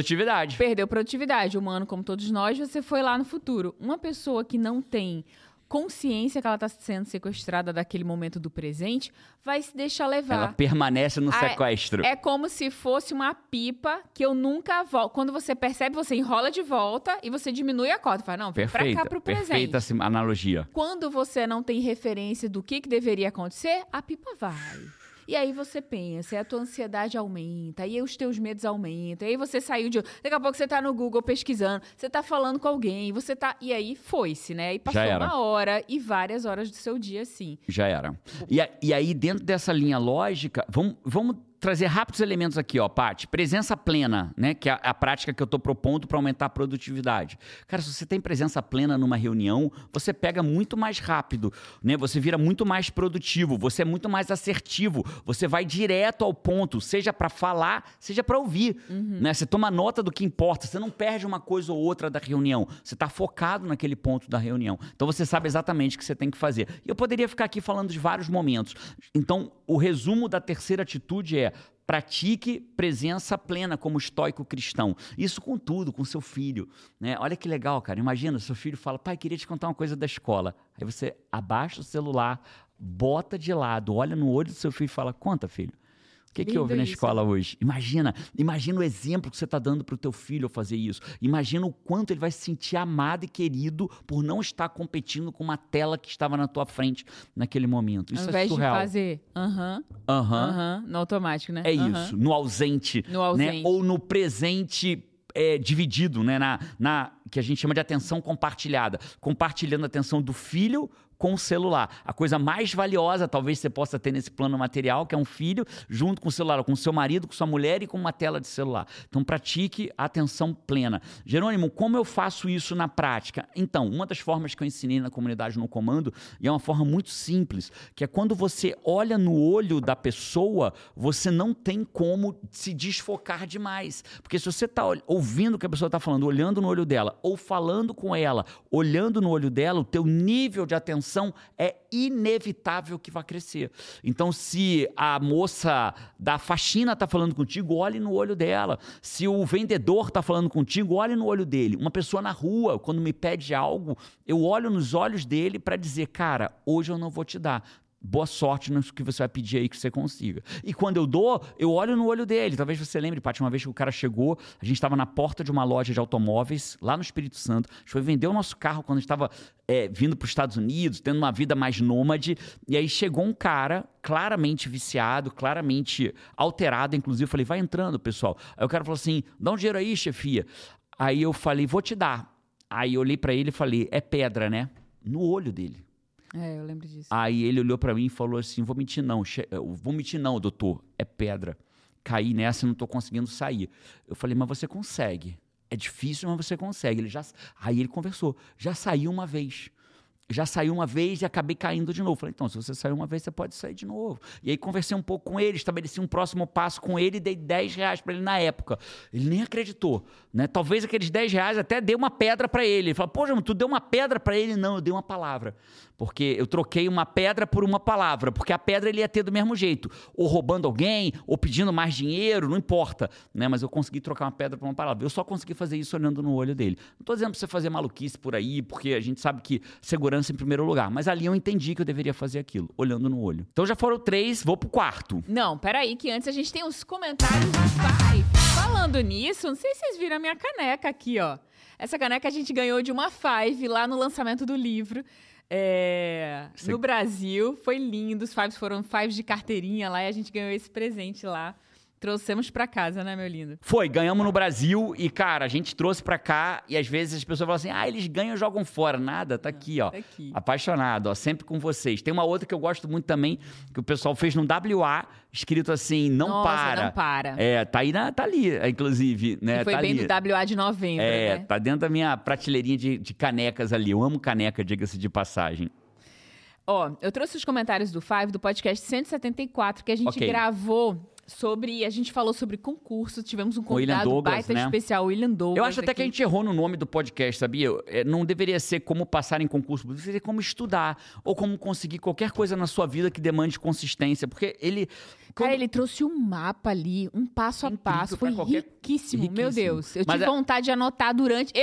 Perdeu produtividade. Humano, como todos nós, você foi lá no futuro. Uma pessoa que não tem consciência que ela está sendo sequestrada daquele momento do presente, vai se deixar levar. Ela permanece no sequestro. É como se fosse uma pipa que eu nunca volto. Quando você percebe, você enrola de volta e você diminui a corda. Fala, não, vem pra cá pro presente. Perfeita essa analogia. Quando você não tem referência do que deveria acontecer, a pipa vai. E aí você pensa, aí a tua ansiedade aumenta, aí os teus medos aumentam, aí você saiu de... Daqui a pouco você tá no Google pesquisando, você tá falando com alguém, você tá... E aí foi-se, né? E passou uma hora e várias horas do seu dia, assim. Já era. E aí, dentro dessa linha lógica, vamos trazer rápidos elementos aqui, ó, Paty. Presença plena, né? Que é a prática que eu tô propondo para aumentar a produtividade. Cara, se você tem presença plena numa reunião, você pega muito mais rápido, né? Você vira muito mais produtivo, você é muito mais assertivo, você vai direto ao ponto, seja para falar, seja para ouvir, né? Você toma nota do que importa, você não perde uma coisa ou outra da reunião, você tá focado naquele ponto da reunião. Então você sabe exatamente o que você tem que fazer. E eu poderia ficar aqui falando de vários momentos. Então, o resumo da terceira atitude é: pratique presença plena como estoico cristão. Isso com tudo, com seu filho, né? Olha que legal, cara. Imagina, seu filho fala: pai, queria te contar uma coisa da escola. Aí você abaixa o celular, bota de lado, olha no olho do seu filho e fala: conta, filho. O que houve na escola hoje? Imagina o exemplo que você está dando para o teu filho ao fazer isso. Imagina o quanto ele vai se sentir amado e querido por não estar competindo com uma tela que estava na tua frente naquele momento. Isso é surreal. Ao invés de fazer no automático, né? É isso, no ausente. Né? Ou no presente dividido, né? Que a gente chama de atenção compartilhada. Compartilhando a atenção do filho com o celular. A coisa mais valiosa, talvez você possa ter nesse plano material, que é um filho, junto com o celular, com o seu marido, com sua mulher e com uma tela de celular. Então, pratique a atenção plena. Jerônimo, como eu faço isso na prática? Então, uma das formas que eu ensinei na comunidade No Comando, e é uma forma muito simples, que é quando você olha no olho da pessoa, você não tem como se desfocar demais. Porque se você está ouvindo o que a pessoa está falando, olhando no olho dela, ou falando com ela, olhando no olho dela, o teu nível de atenção é inevitável que vai crescer. Então, se a moça da faxina está falando contigo, olhe no olho dela. Se o vendedor está falando contigo, olhe no olho dele. Uma pessoa na rua, quando me pede algo, eu olho nos olhos dele para dizer: cara, hoje eu não vou te dar. Boa sorte no que você vai pedir aí que você consiga. E quando eu dou, eu olho no olho dele. Talvez você lembre, Paty, uma vez que o cara chegou, a gente estava na porta de uma loja de automóveis, lá no Espírito Santo. A gente foi vender o nosso carro quando a gente estava vindo para os Estados Unidos, tendo uma vida mais nômade. E aí chegou um cara claramente viciado, claramente alterado. Inclusive, eu falei: vai entrando, pessoal. Aí o cara falou assim: dá um dinheiro aí, chefia. Aí eu falei: vou te dar. Aí eu olhei para ele e falei: é pedra, né? No olho dele. Eu lembro disso. Aí ele olhou pra mim e falou assim: vou mentir não, doutor, é pedra. Caí nessa e não tô conseguindo sair. Eu falei: mas você consegue. É difícil, mas você consegue. Aí ele conversou: já saiu uma vez e acabei caindo de novo. Falei: então, se você saiu uma vez, você pode sair de novo. E aí conversei um pouco com ele, estabeleci um próximo passo com ele e dei R$10 para ele na época. Ele nem acreditou, né? Talvez aqueles R$10 até dê uma pedra para ele. Ele falou: poxa, tu deu uma pedra para ele? Não, eu dei uma palavra. Porque eu troquei uma pedra por uma palavra. Porque a pedra ele ia ter do mesmo jeito. Ou roubando alguém, ou pedindo mais dinheiro, não importa, né? Mas eu consegui trocar uma pedra por uma palavra. Eu só consegui fazer isso olhando no olho dele. Não tô dizendo pra você fazer maluquice por aí, porque a gente sabe que segurança em primeiro lugar. Mas ali eu entendi que eu deveria fazer aquilo, olhando no olho. Então já foram 3, vou pro 4. Não, peraí, que antes a gente tem os comentários do Five. Falando nisso, não sei se vocês viram a minha caneca aqui, ó. Essa caneca a gente ganhou de uma Five lá no lançamento do livro. No Brasil, foi lindo. Os Fives foram Fives de carteirinha lá e a gente ganhou esse presente lá. Trouxemos pra casa, né, meu lindo? Foi, ganhamos no Brasil e, cara, a gente trouxe pra cá e às vezes as pessoas falam assim: eles ganham e jogam fora. Nada, tá aqui, ó. Tá aqui. Apaixonado, ó, sempre com vocês. Tem uma outra que eu gosto muito também, que o pessoal fez no WA, escrito assim: não para. Não para. Tá ali, inclusive, né? E foi tá bem ali. do WA de novembro, né? Tá dentro da minha prateleirinha de canecas ali. Eu amo caneca, diga-se de passagem. Ó, eu trouxe os comentários do Five, do podcast 174, que a gente gravou a gente falou sobre concurso, tivemos um convidado Douglas, baita especial, William Douglas. Eu acho até que a gente errou no nome do podcast, sabia? Não deveria ser como passar em concurso, deveria ser como estudar, ou como conseguir qualquer coisa na sua vida que demande consistência, porque ele... Cara, ele trouxe um mapa ali, um passo a passo, foi riquíssimo, meu Deus. Eu tive vontade de anotar durante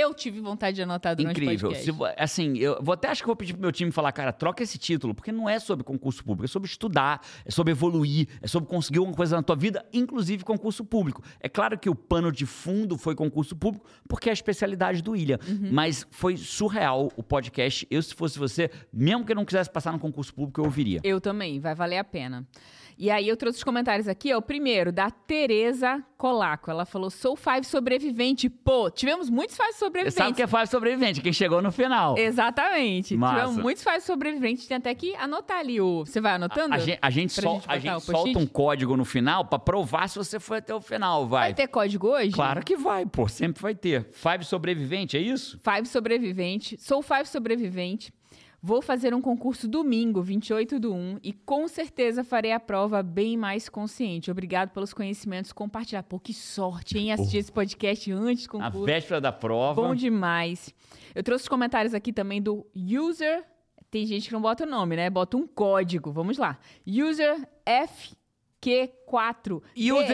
o podcast. Assim, acho que vou pedir pro meu time falar: cara, troca esse título, porque não é sobre concurso público, é sobre estudar, é sobre evoluir, é sobre conseguir alguma coisa na tua tua vida, inclusive concurso público. É claro que o pano de fundo foi concurso público, porque é a especialidade do William. Mas foi surreal o podcast. Eu, se fosse você, mesmo que eu não quisesse passar no concurso público, eu ouviria. Eu também, vai valer a pena. E aí eu trouxe os comentários aqui, ó. O primeiro, da Tereza Colaco. Ela falou, sou 5 sobrevivente. Pô, tivemos muitos 5 sobreviventes. Você sabe o que é 5 sobrevivente? Quem chegou no final. Exatamente. Massa. Tivemos muitos 5 sobreviventes. Tem até que anotar ali o... Você vai anotando? A gente solta um código no final pra provar se você foi até o final, Vai ter código hoje? Claro que vai, pô. Sempre vai ter. 5 sobrevivente, é isso? 5 sobrevivente. Sou 5 sobrevivente. Vou fazer um concurso domingo, 28/1, e com certeza farei a prova bem mais consciente. Obrigado pelos conhecimentos compartilhados. Pô, que sorte, hein? Assistir esse podcast antes do concurso. A véspera da prova. Bom demais. Eu trouxe os comentários aqui também do user... Tem gente que não bota o nome, né? Bota um código. Vamos lá. User FQ4.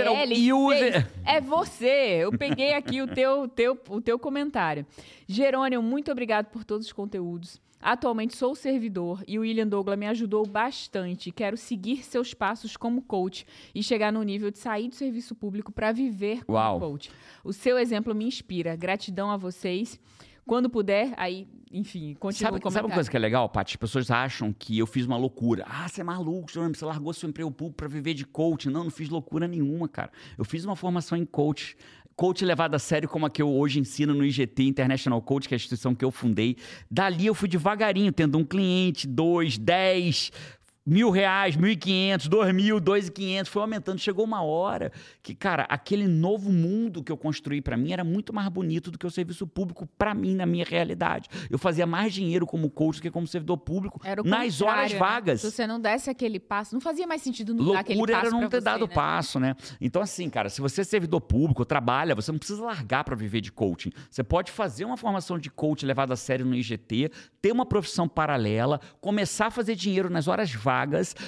User. É você. Eu peguei aqui o teu comentário. Jerônimo, muito obrigado por todos os conteúdos. Atualmente sou servidor e o William Douglas me ajudou bastante. Quero seguir seus passos como coach e chegar no nível de sair do serviço público para viver como coach. O seu exemplo me inspira. Gratidão a vocês. Quando puder, aí, enfim, continua o comentário. Sabe uma coisa que é legal, Paty? As pessoas acham que eu fiz uma loucura. Ah, você é maluco, Jerônimo, você largou seu emprego público para viver de coach. Não fiz loucura nenhuma, cara. Eu fiz uma formação em coach. Coach levado a sério como a que eu hoje ensino no IGT, International Coach, que é a instituição que eu fundei. Dali eu fui devagarinho, tendo um cliente, 2, 10... R$1.000, 1.500, 2.000, 2.500, foi aumentando. Chegou uma hora que, cara, aquele novo mundo que eu construí pra mim era muito mais bonito do que o serviço público pra mim, na minha realidade. Eu fazia mais dinheiro como coach do que como servidor público nas horas vagas. Se você não desse aquele passo, não fazia mais sentido não dar aquele passo. Loucura era não ter dado né? passo, né? Então, assim, cara, se você é servidor público, trabalha, você não precisa largar pra viver de coaching. Você pode fazer uma formação de coach levada a sério no IGT, ter uma profissão paralela, começar a fazer dinheiro nas horas vagas.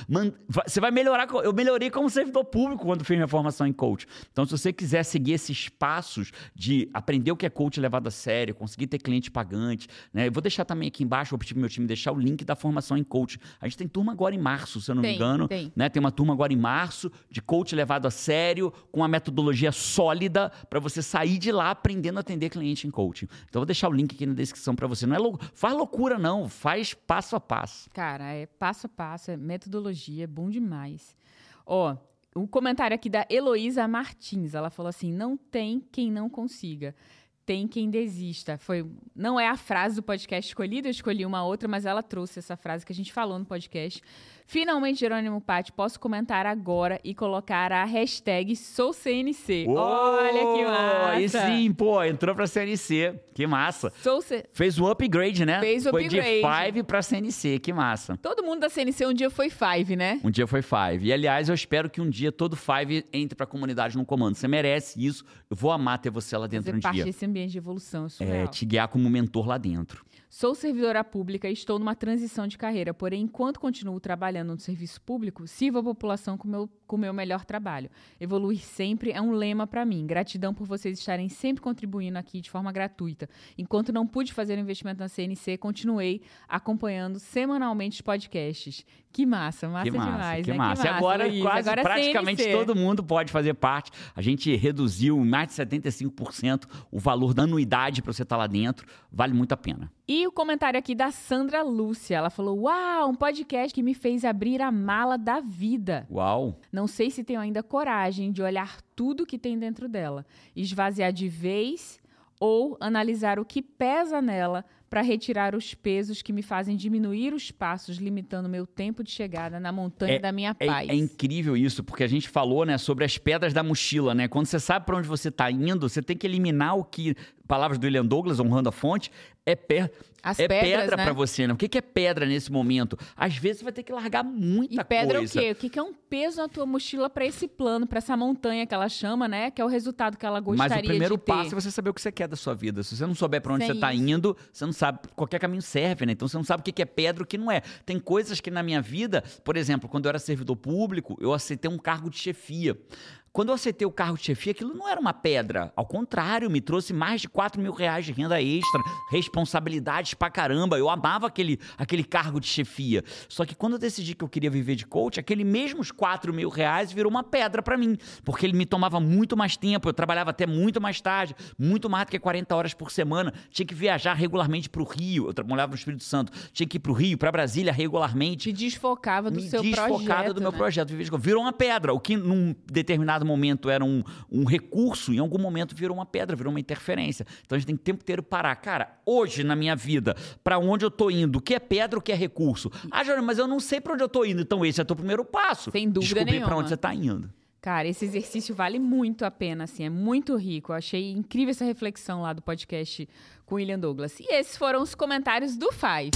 Você vai melhorar. Eu melhorei como servidor público quando fiz minha formação em coach. Então, se você quiser seguir esses passos de aprender o que é coach levado a sério, conseguir ter cliente pagante, né? Eu vou deixar também aqui embaixo, vou pedir pro meu time deixar o link da formação em coach. A gente tem turma agora em março, se eu não me engano. Né? Tem uma turma agora em março de coach levado a sério, com uma metodologia sólida para você sair de lá aprendendo a atender cliente em coaching. Então, eu vou deixar o link aqui na descrição para você. Não é faz loucura, não. Faz passo a passo. Cara, é passo a passo, metodologia, bom demais. Ó, um comentário aqui da Heloísa Martins. Ela falou assim, não tem quem não consiga. Tem quem desista. Não é a frase do podcast escolhida, eu escolhi uma outra, mas ela trouxe essa frase que a gente falou no podcast. Finalmente, Jerônimo Paty, posso comentar agora e colocar a hashtag SouCNC. Olha que massa! Aí sim, pô, entrou pra CNC. Que massa. Fez um upgrade, né? Fez o upgrade. Foi de 5 pra CNC, que massa. Todo mundo da CNC um dia foi 5, né? Um dia foi 5. E, aliás, eu espero que um dia todo 5 entre pra comunidade no comando. Você merece isso. Eu vou amar ter você lá dentro um dia. Fazer parte desse ambiente de evolução, é surreal. Te guiar como mentor lá dentro. Sou servidora pública e estou numa transição de carreira, porém, enquanto continuo trabalhando no serviço público, sirvo a população com o meu melhor trabalho. Evoluir sempre é um lema para mim. Gratidão por vocês estarem sempre contribuindo aqui de forma gratuita. Enquanto não pude fazer o investimento na CNC, continuei acompanhando semanalmente os podcasts. Que massa, demais, que né? massa. E agora, praticamente CNC. Todo mundo pode fazer parte. A gente reduziu em mais de 75% o valor da anuidade para você estar lá dentro. Vale muito a pena. E o comentário aqui da Sandra Lúcia. Ela falou, uau, um podcast que me fez abrir a mala da vida. Uau. Não sei se tenho ainda coragem de olhar tudo que tem dentro dela, esvaziar de vez ou analisar o que pesa nela para retirar os pesos que me fazem diminuir os passos, limitando meu tempo de chegada na montanha da minha paz. É incrível isso, porque a gente falou, né, sobre as pedras da mochila, né? Quando você sabe para onde você está indo, você tem que eliminar o que, palavras do William Douglas, honrando a fonte, é pedra para você, né? O que é pedra nesse momento? Às vezes você vai ter que largar muita coisa. E pedra é o quê? O que é um peso na tua mochila para esse plano, para essa montanha que ela chama, né? Que é o resultado que ela gostaria de ter. Mas o primeiro passo é você saber o que você quer da sua vida. Se você não souber para onde você está indo, você não sabe, qualquer caminho serve, né? Então você não sabe o que é pedra e o que não é. Tem coisas que na minha vida, por exemplo, quando eu era servidor público, eu aceitei um cargo de chefia. Quando eu aceitei o cargo de chefia, aquilo não era uma pedra. Ao contrário, me trouxe mais de R$4.000 de renda extra, responsabilidades pra caramba. Eu amava aquele cargo de chefia. Só que quando eu decidi que eu queria viver de coach, aquele mesmos R$4.000 virou uma pedra pra mim. Porque ele me tomava muito mais tempo, eu trabalhava até muito mais tarde, muito mais do que 40 horas por semana. Tinha que viajar regularmente pro Rio. Eu morava no Espírito Santo. Tinha que ir pro Rio, pra Brasília regularmente. Te desfocava do seu projeto. Desfocada do meu projeto. Virou uma pedra. O que num determinado momento era um recurso, em algum momento virou uma pedra, virou uma interferência. Então a gente tem que o tempo inteiro parar. Cara, hoje na minha vida, pra onde eu tô indo, o que é pedra, o que é recurso? Jônia, mas eu não sei pra onde eu tô indo. Então esse é o teu primeiro passo. Sem dúvida Descobrir nenhuma. pra onde você tá indo. Cara, esse exercício vale muito a pena, assim, é muito rico. Eu achei incrível essa reflexão lá do podcast com o William Douglas. E esses foram os comentários do Five.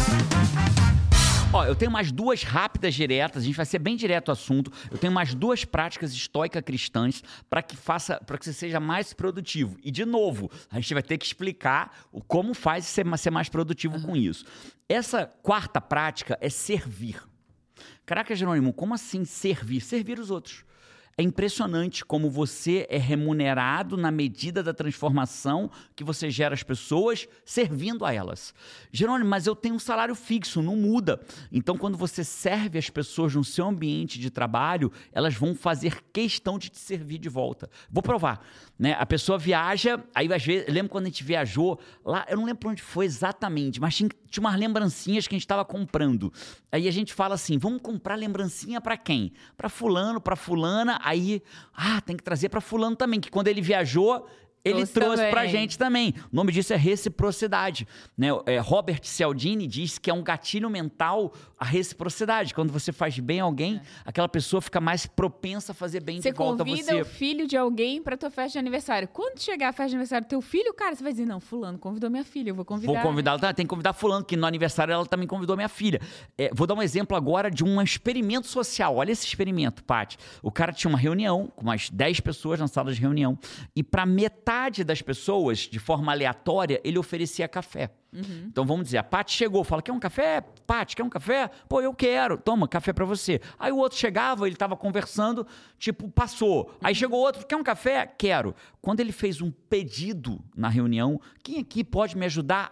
Ó, eu tenho mais 2 rápidas diretas, a gente vai ser bem direto ao assunto. Eu tenho mais 2 práticas estoica-cristãs para que você seja mais produtivo. E, de novo, a gente vai ter que explicar como faz ser mais produtivo com isso. Essa 4ª prática é servir. Caraca, Jerônimo, como assim servir? Servir os outros. É impressionante como você é remunerado na medida da transformação que você gera às pessoas, servindo a elas. Jerônimo, mas eu tenho um salário fixo, não muda. Então, quando você serve as pessoas no seu ambiente de trabalho, elas vão fazer questão de te servir de volta. Vou provar. Né? A pessoa viaja, aí às vezes, eu lembro quando a gente viajou, lá, eu não lembro onde foi exatamente, mas tinha umas lembrancinhas que a gente estava comprando. Aí a gente fala assim, vamos comprar lembrancinha para quem? Para fulano, para fulana. Aí, tem que trazer para fulano também, que quando ele viajou, ele trouxe pra gente também. O nome disso é reciprocidade. Né? Robert Cialdini diz que é um gatilho mental a reciprocidade. Quando você faz bem a alguém, aquela pessoa fica mais propensa a fazer bem de volta a você. Você convida o filho de alguém pra tua festa de aniversário. Quando chegar a festa de aniversário do teu filho, cara, você vai dizer, não, fulano convidou minha filha, eu vou convidar. Vou convidá-la, tem que convidar fulano, que no aniversário ela também convidou minha filha. Vou dar um exemplo agora de um experimento social. Olha esse experimento, Paty. O cara tinha uma reunião com umas 10 pessoas na sala de reunião e pra metade das pessoas, de forma aleatória, ele oferecia café. Então, vamos dizer, a Paty chegou, fala, quer um café? Paty, quer um café? Pô, eu quero. Toma, café pra você. Aí o outro chegava, ele tava conversando, tipo, passou. Aí chegou outro, quer um café? Quero. Quando ele fez um pedido na reunião, quem aqui pode me ajudar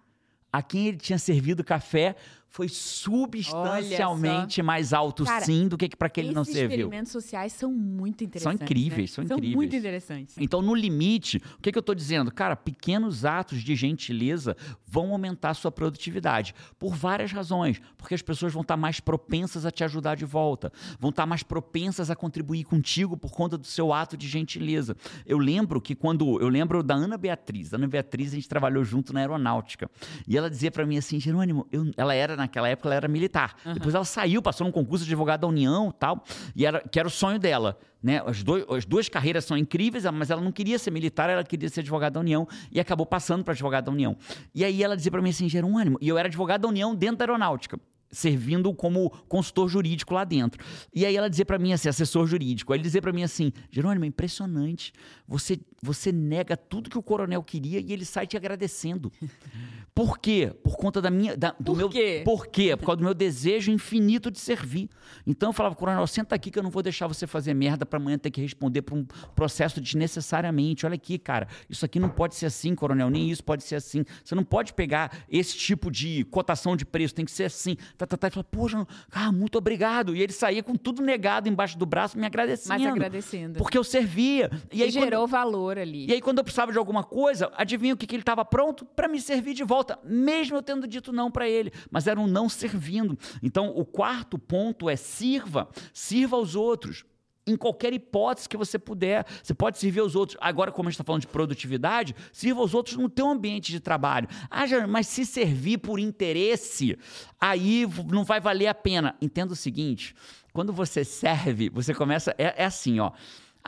a quem ele tinha servido café, foi substancialmente mais alto, cara, sim, do que para quem ele não serviu. Esses experimentos sociais são muito interessantes. São incríveis, né? são incríveis. São muito interessantes. Então, no limite, o que eu estou dizendo? Cara, pequenos atos de gentileza vão aumentar a sua produtividade. Por várias razões. Porque as pessoas vão estar mais propensas a te ajudar de volta. Vão estar mais propensas a contribuir contigo por conta do seu ato de gentileza. Eu lembro da Ana Beatriz. A Ana Beatriz, a gente trabalhou junto na aeronáutica. E ela dizia para mim assim, Jerônimo, naquela época ela era militar. Depois ela saiu, passou num concurso de advogado da União e tal, que era o sonho dela. Né? As duas carreiras são incríveis, mas ela não queria ser militar, ela queria ser advogada da União e acabou passando para advogada da União. E aí ela dizia para mim assim, Jerônimo, e eu era advogado da União dentro da aeronáutica, servindo como consultor jurídico lá dentro. E aí ela dizia para mim assim, assessor jurídico, aí ele dizia para mim assim, Jerônimo, é impressionante, você nega tudo que o coronel queria e ele sai te agradecendo. Por quê? Por conta Por quê? Por causa do meu desejo infinito de servir. Então eu falava, coronel, senta aqui que eu não vou deixar você fazer merda pra amanhã ter que responder por um processo desnecessariamente. Olha aqui, cara, isso aqui não pode ser assim, coronel, nem isso pode ser assim. Você não pode pegar esse tipo de cotação de preço, tem que ser assim. E falava, poxa, cara, muito obrigado. E ele saía com tudo negado embaixo do braço, me agradecendo. Mas agradecendo. Porque eu servia. E aí, gerou valor ali. E aí, quando eu precisava de alguma coisa, adivinha o que ele estava pronto? Para me servir de volta, mesmo eu tendo dito não para ele. Mas era um não servindo. Então, o 4º ponto é sirva aos outros. Em qualquer hipótese que você puder, você pode servir aos outros. Agora, como a gente está falando de produtividade, sirva aos outros no teu ambiente de trabalho. Mas se servir por interesse, aí não vai valer a pena. Entenda o seguinte, quando você serve, você começa... É assim, ó.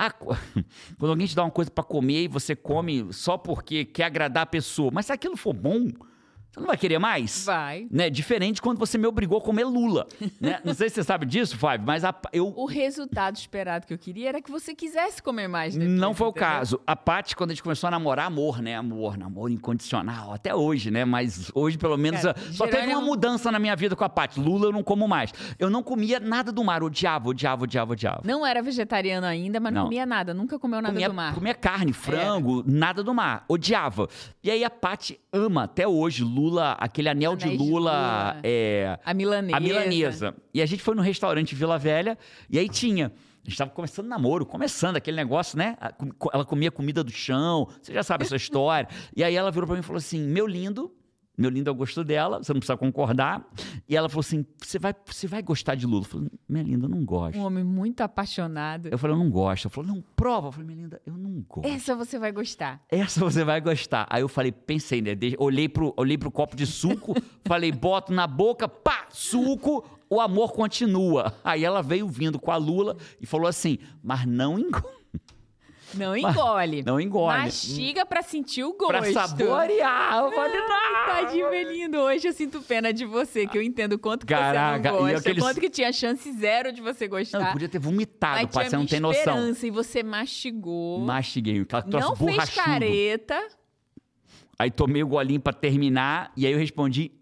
Quando alguém te dá uma coisa para comer e você come só porque quer agradar a pessoa, mas se aquilo for bom, Você não vai querer mais? Vai. Né? Diferente quando você me obrigou a comer lula. Né? Não sei se você sabe disso, Fábio, mas O resultado esperado que eu queria era que você quisesse comer mais depois, não foi entendeu? o caso. A Paty, quando a gente começou a namorar, amor, né? Namoro incondicional, até hoje, né? Mas hoje, pelo menos, só teve uma mudança na minha vida com a Paty. Lula eu não como mais. Eu não comia nada do mar, odiava. Não era vegetariano ainda, mas não comia nada, nunca comeu nada do mar. Comia carne, frango, nada do mar, odiava. E aí a Paty ama até hoje lula, aquele anel de lula. A milanesa. E a gente foi no restaurante Vila Velha e aí tinha. A gente estava começando namoro, aquele negócio, né? Ela comia comida do chão, você já sabe essa história. E aí ela virou pra mim e falou assim: meu lindo, eu gosto dela, você não precisa concordar. E ela falou assim: você vai gostar de lula? Eu falei: minha linda, eu não gosto. Um homem muito apaixonado. Eu falei: eu não gosto. Ela falou: não, prova. Eu falei: minha linda, eu não gosto. Essa você vai gostar. Aí eu falei, pensei, né? Olhei pro copo de suco, falei, boto na boca, pá, suco, o amor continua. Aí ela veio vindo com a lula e falou assim: mas não engole. Não engole. Não engole. Mastiga pra sentir o gosto. Pra saborear. Eu falei, tadinho, lindo. Hoje eu sinto pena de você, que eu entendo quanto que Caraca, você não gosta. aqueles... Quanto que tinha chance zero de você gostar. Não, eu podia ter vomitado, mas você não tem noção. Esperança, e você mastigou. Mastiguei, aquela troço não borrachudo. Fez careta. Aí tomei o golinho pra terminar, e aí eu respondi,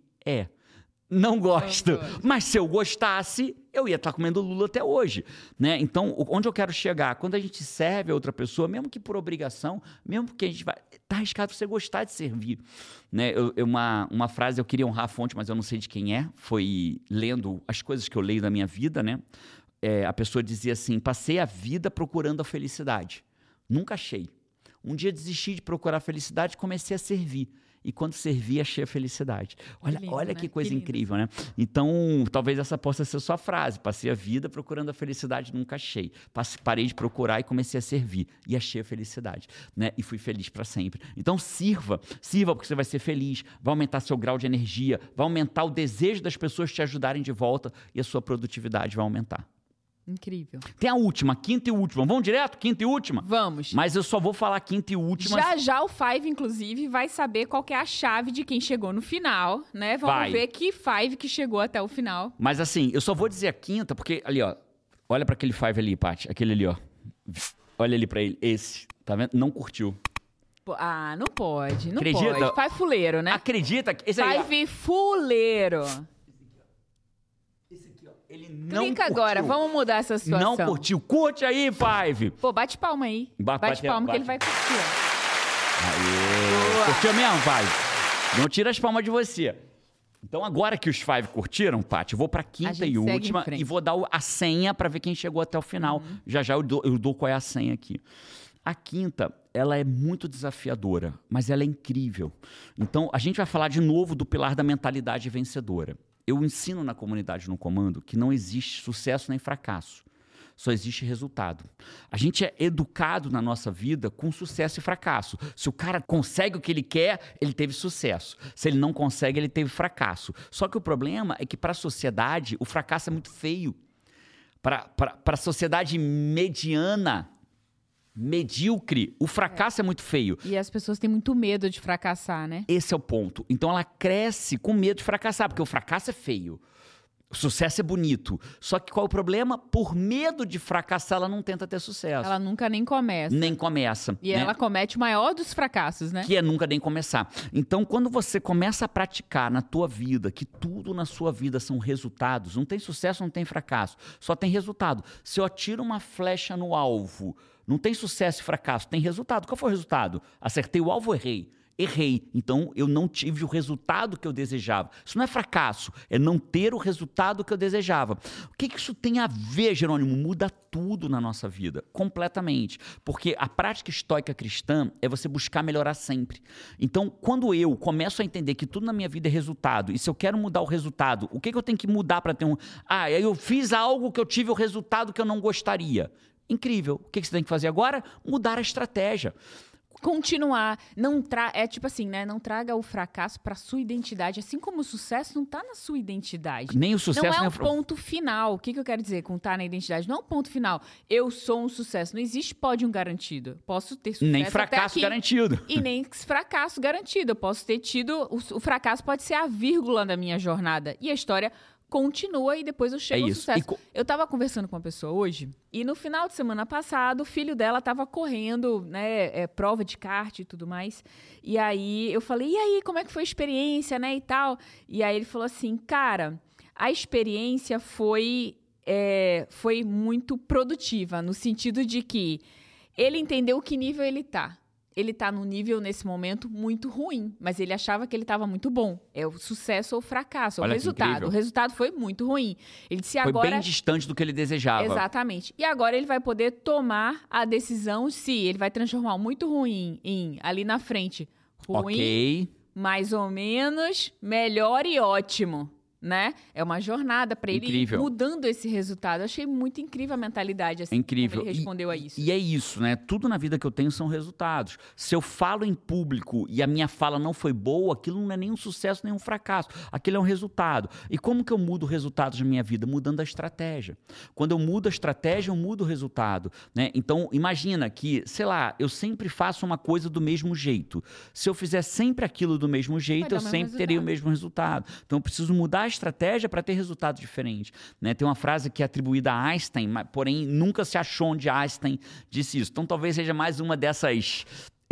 não gosto. Mas se eu gostasse, eu ia estar comendo lula até hoje, né? Então, onde eu quero chegar? Quando a gente serve a outra pessoa, mesmo que por obrigação, mesmo que a gente vai... Tá arriscado você gostar de servir, né? Uma frase, eu queria honrar a fonte, mas eu não sei de quem foi lendo as coisas que eu leio da minha vida, né? A pessoa dizia assim: passei a vida procurando a felicidade. Nunca achei. Um dia desisti de procurar a felicidade e comecei a servir. E quando servi, achei a felicidade. Olha que coisa incrível, né? Então, talvez essa possa ser a sua frase. Passei a vida procurando a felicidade, nunca achei. Parei de procurar e comecei a servir. E achei a felicidade, né? E fui feliz para sempre. Então, sirva porque você vai ser feliz. Vai aumentar seu grau de energia. Vai aumentar o desejo das pessoas te ajudarem de volta. E a sua produtividade vai aumentar. Incrível. Tem a última, quinta e última. Vamos direto? Quinta e última? Vamos. Mas eu só vou falar quinta e última. Já o Five, inclusive, vai saber qual que é a chave de quem chegou no final, né? Vamos ver que Five que chegou até o final. Mas assim, eu só vou dizer a quinta, porque ali, ó. Olha pra aquele Five ali, Paty. Aquele ali, ó. Olha ali pra ele. Esse. Tá vendo? Não curtiu. Não pode. Não Acredita? pode. Five fuleiro, né? Acredita que... Esse aí, Five fuleiro. Ele não Clica curtiu. Agora, vamos mudar essa situação. Não curtiu. Curte aí, Five. Pô, bate palma aí. Bate palma que ele vai curtir. Aê. Curtiu mesmo, Five? Não tira as palmas de você. Então, agora que os Five curtiram, Paty, eu vou pra quinta e última e vou dar a senha pra ver quem chegou até o final. Já eu dou qual é a senha aqui. A quinta, ela é muito desafiadora, mas ela é incrível. Então, a gente vai falar de novo do pilar da mentalidade vencedora. Eu ensino na comunidade no comando que não existe sucesso nem fracasso. Só existe resultado. A gente é educado na nossa vida com sucesso e fracasso. Se o cara consegue o que ele quer, ele teve sucesso. Se ele não consegue, ele teve fracasso. Só que o problema é que para a sociedade, o fracasso é muito feio. Para a sociedade mediana, medíocre, o fracasso é muito feio. E as pessoas têm muito medo de fracassar, né? Esse é o ponto. Então ela cresce com medo de fracassar, porque o fracasso é feio. O sucesso é bonito. Só que qual é o problema? Por medo de fracassar, ela não tenta ter sucesso. Ela nunca nem começa. Nem começa. E ela comete o maior dos fracassos, né? Que é nunca nem começar. Então, quando você começa a praticar na tua vida, que tudo na sua vida são resultados, não tem sucesso, não tem fracasso, só tem resultado. Se eu atiro uma flecha no alvo, não tem sucesso e fracasso, tem resultado. Qual foi o resultado? Acertei o alvo, errei. Errei, então eu não tive o resultado que eu desejava. Isso não é fracasso, é não ter o resultado que eu desejava. O que isso tem a ver, Jerônimo? Muda tudo na nossa vida, completamente. Porque a prática estoica cristã é você buscar melhorar sempre. Então, quando eu começo a entender que tudo na minha vida é resultado, e se eu quero mudar o resultado, o que eu tenho que mudar para ter um... eu fiz algo que eu tive o resultado que eu não gostaria. Incrível. O que você tem que fazer agora? Mudar a estratégia. continuar. É tipo assim, né? Não traga o fracasso pra sua identidade. Assim como o sucesso não tá na sua identidade. Nem o sucesso... Não é nem um ponto final. O que eu quero dizer com tá na identidade? Não é um ponto final. Eu sou um sucesso. Não existe pódio garantido. Posso ter sucesso nem fracasso garantido. E nem fracasso garantido. Eu posso ter tido... O fracasso pode ser a vírgula da minha jornada. E a história continua e depois eu chego ao sucesso. Eu tava conversando com uma pessoa hoje e no final de semana passado o filho dela tava correndo, né, prova de kart e tudo mais. E aí eu falei, e aí, como é que foi a experiência, né, e tal? E aí ele falou assim, cara, a experiência foi muito produtiva, no sentido de que ele entendeu que nível ele tá. Ele tá num nível, nesse momento, muito ruim. Mas ele achava que ele estava muito bom. É o sucesso ou o fracasso, é o resultado. O resultado foi muito ruim. Ele disse agora... Foi bem distante do que ele desejava. Exatamente. E agora ele vai poder tomar a decisão se ele vai transformar o muito ruim em, ali na frente, ruim, mais ou menos, melhor e ótimo. Né? É uma jornada para ele ir mudando esse resultado. Eu achei muito incrível a mentalidade assim, incrível. Como ele respondeu a isso. E é isso, né? Tudo na vida que eu tenho são resultados. Se eu falo em público e a minha fala não foi boa, aquilo não é nem um sucesso, nem um fracasso. Aquilo é um resultado. E como que eu mudo resultados na minha vida? Mudando a estratégia. Quando eu mudo a estratégia, eu mudo o resultado, né? Então, imagina que, sei lá, eu sempre faço uma coisa do mesmo jeito. Se eu fizer sempre aquilo do mesmo jeito, eu sempre terei o mesmo resultado. Então, eu preciso mudar estratégia para ter resultados diferentes, né? Tem uma frase que é atribuída a Einstein, porém nunca se achou onde Einstein disse isso. Então talvez seja mais uma dessas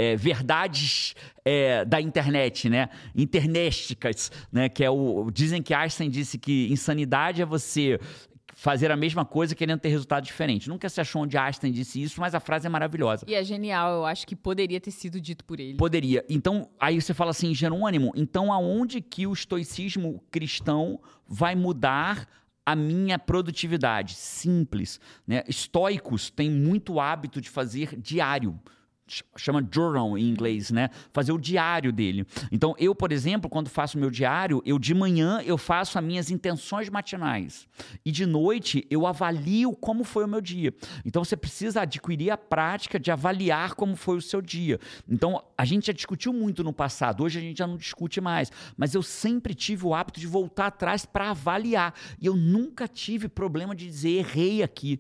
verdades da internet, né? Internesticas, né? Que dizem que Einstein disse que insanidade é você fazer a mesma coisa querendo ter resultado diferente. Nunca se achou onde Einstein disse isso, mas a frase é maravilhosa. E é genial, eu acho que poderia ter sido dito por ele. Poderia. Então, aí você fala assim, Jerônimo, então aonde que o estoicismo cristão vai mudar a minha produtividade? Simples, né? Estoicos têm muito hábito de fazer diário. Chama journal em inglês, né? Fazer o diário dele. Então, eu, por exemplo, quando faço meu diário, de manhã eu faço as minhas intenções matinais. E de noite eu avalio como foi o meu dia. Então, você precisa adquirir a prática de avaliar como foi o seu dia. Então, a gente já discutiu muito no passado, hoje a gente já não discute mais. Mas eu sempre tive o hábito de voltar atrás para avaliar. E eu nunca tive problema de dizer, errei aqui,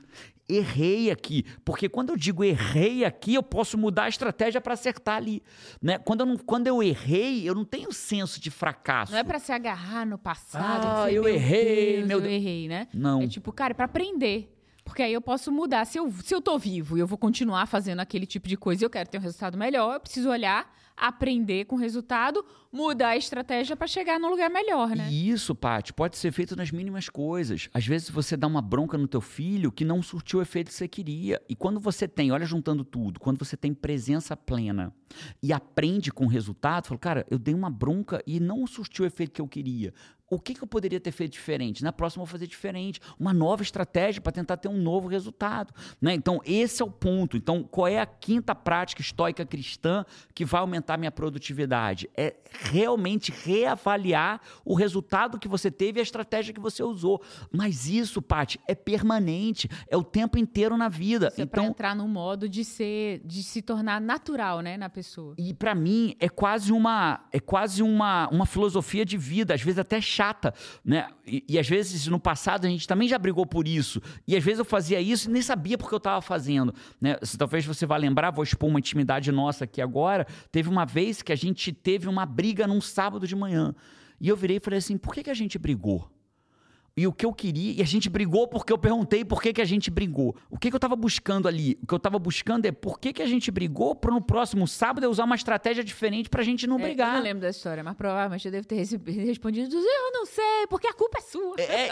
porque quando eu digo errei aqui, eu posso mudar a estratégia para acertar ali, né? Quando eu errei, eu não tenho senso de fracasso. Não é para se agarrar no passado. Eu errei, meu Deus. Eu errei, né? Não. É tipo, cara, é para aprender. Porque aí eu posso mudar. Se eu tô vivo e eu vou continuar fazendo aquele tipo de coisa e eu quero ter um resultado melhor, eu preciso olhar, aprender com o resultado, mudar a estratégia para chegar num lugar melhor, né? E isso, Paty, pode ser feito nas mínimas coisas. Às vezes você dá uma bronca no teu filho que não surtiu o efeito que você queria. E quando você tem, olha juntando tudo, quando você tem presença plena e aprende com o resultado, fala, cara, eu dei uma bronca e não surtiu o efeito que eu queria. O que eu poderia ter feito diferente? Na próxima eu vou fazer diferente. Uma nova estratégia para tentar ter um novo resultado, né? Então, esse é o ponto. Então, qual é a quinta prática estoica cristã que vai aumentar minha produtividade? É realmente reavaliar o resultado que você teve e a estratégia que você usou. Mas isso, Paty, é permanente. É o tempo inteiro na vida. Isso então, é para entrar num modo de se tornar natural, né, na pessoa. E para mim, é quase uma filosofia de vida. Às vezes até chata, né? E às vezes no passado a gente também já brigou por isso. E às vezes eu fazia isso e nem sabia porque eu estava fazendo, né? Talvez você vá lembrar, vou expor uma intimidade nossa aqui agora. Teve uma vez que a gente teve uma briga num sábado de manhã. E eu virei e falei assim, por que a gente brigou? E o que eu queria... E a gente brigou porque eu perguntei por que a gente brigou. O que eu estava buscando ali? O que eu estava buscando é por que a gente brigou para no próximo sábado eu usar uma estratégia diferente para a gente não brigar. Eu não lembro dessa história, mas provavelmente eu devo ter respondido, eu não sei, porque a culpa é sua.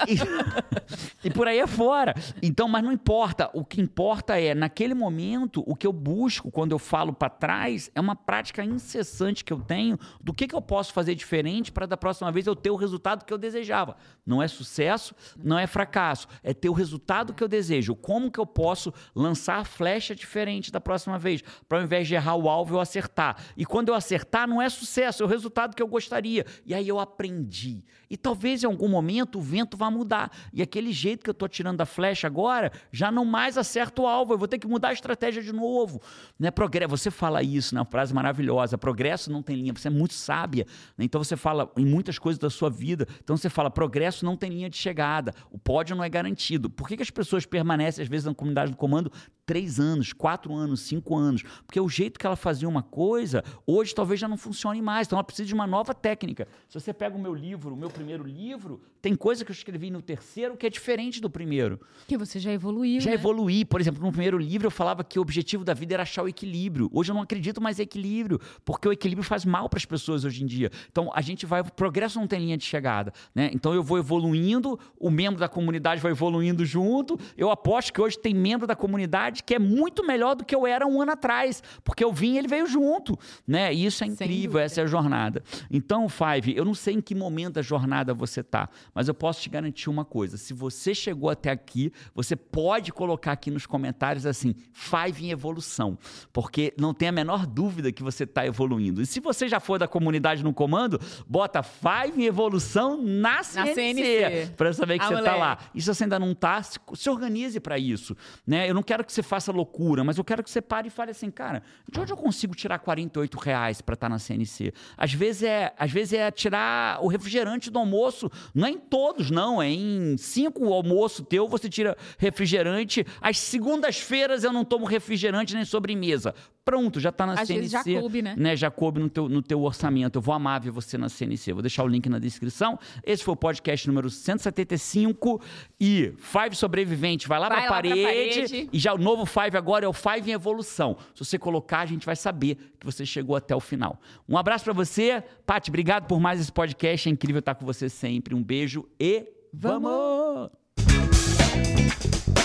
E por aí afora. Então, mas não importa. O que importa é, naquele momento, o que eu busco quando eu falo para trás é uma prática incessante que eu tenho do que eu posso fazer diferente para da próxima vez eu ter o resultado que eu desejava. Não é sucesso, sucesso, não é fracasso. É ter o resultado que eu desejo. Como que eu posso lançar a flecha diferente da próxima vez? Para ao invés de errar o alvo, eu acertar. E quando eu acertar, não é sucesso, é o resultado que eu gostaria. E aí eu aprendi. E talvez em algum momento o vento vá mudar. E aquele jeito que eu estou tirando a flecha agora, já não mais acerta o alvo. Eu vou ter que mudar a estratégia de novo. Né? Você fala isso, né? Uma frase maravilhosa. Progresso não tem linha. Você é muito sábia. Né? Então você fala em muitas coisas da sua vida. Então você fala, progresso não tem linha de chegada. O pódio não é garantido. Por que as pessoas permanecem, às vezes, na comunidade do comando 3 anos, 4 anos, 5 anos? Porque o jeito que ela fazia uma coisa, hoje talvez já não funcione mais. Então ela precisa de uma nova técnica. Se você pega o meu livro, o meu primeiro livro, tem coisa que eu escrevi no terceiro que é diferente do primeiro. Que você já evoluiu, Já né? evoluí. Por exemplo, no primeiro livro eu falava que o objetivo da vida era achar o equilíbrio. Hoje eu não acredito mais em equilíbrio, porque o equilíbrio faz mal para as pessoas hoje em dia. Então a gente vai... O progresso não tem linha de chegada, né? Então eu vou evoluindo, o membro da comunidade vai evoluindo junto. Eu aposto que hoje tem membro da comunidade que é muito melhor do que eu era um ano atrás, porque eu vim e ele veio junto, né? E isso é incrível, essa é a jornada. Então, Five, eu não sei em que momento da jornada você está, mas eu posso te garantir uma coisa: se você chegou até aqui, você pode colocar aqui nos comentários assim, Five em evolução, porque não tem a menor dúvida que você está evoluindo. E se você já for da comunidade no comando, bota Five em evolução na CNC. Para saber que você está lá. E se você ainda não está, se organize para isso, né? Eu não quero que você faça loucura, mas eu quero que você pare e fale assim, cara, de onde eu consigo tirar R$48 para estar na CNC? Às vezes é tirar o refrigerante do almoço. Não é em todos, não. É em 5 almoço teu, você tira refrigerante. Às segundas-feiras eu não tomo refrigerante nem sobremesa. Pronto, já está na Às CNC. vezes já coube, né? Já coube no teu orçamento. Eu vou amar ver você na CNC. Vou deixar o link na descrição. Esse foi o podcast número 175. E Five Sobrevivente, vai lá pra parede. E já o novo Five agora é o Five em evolução. Se você colocar, a gente vai saber que você chegou até o final. Um abraço pra você. Paty, obrigado por mais esse podcast. É incrível estar com você sempre. Um beijo e vamos!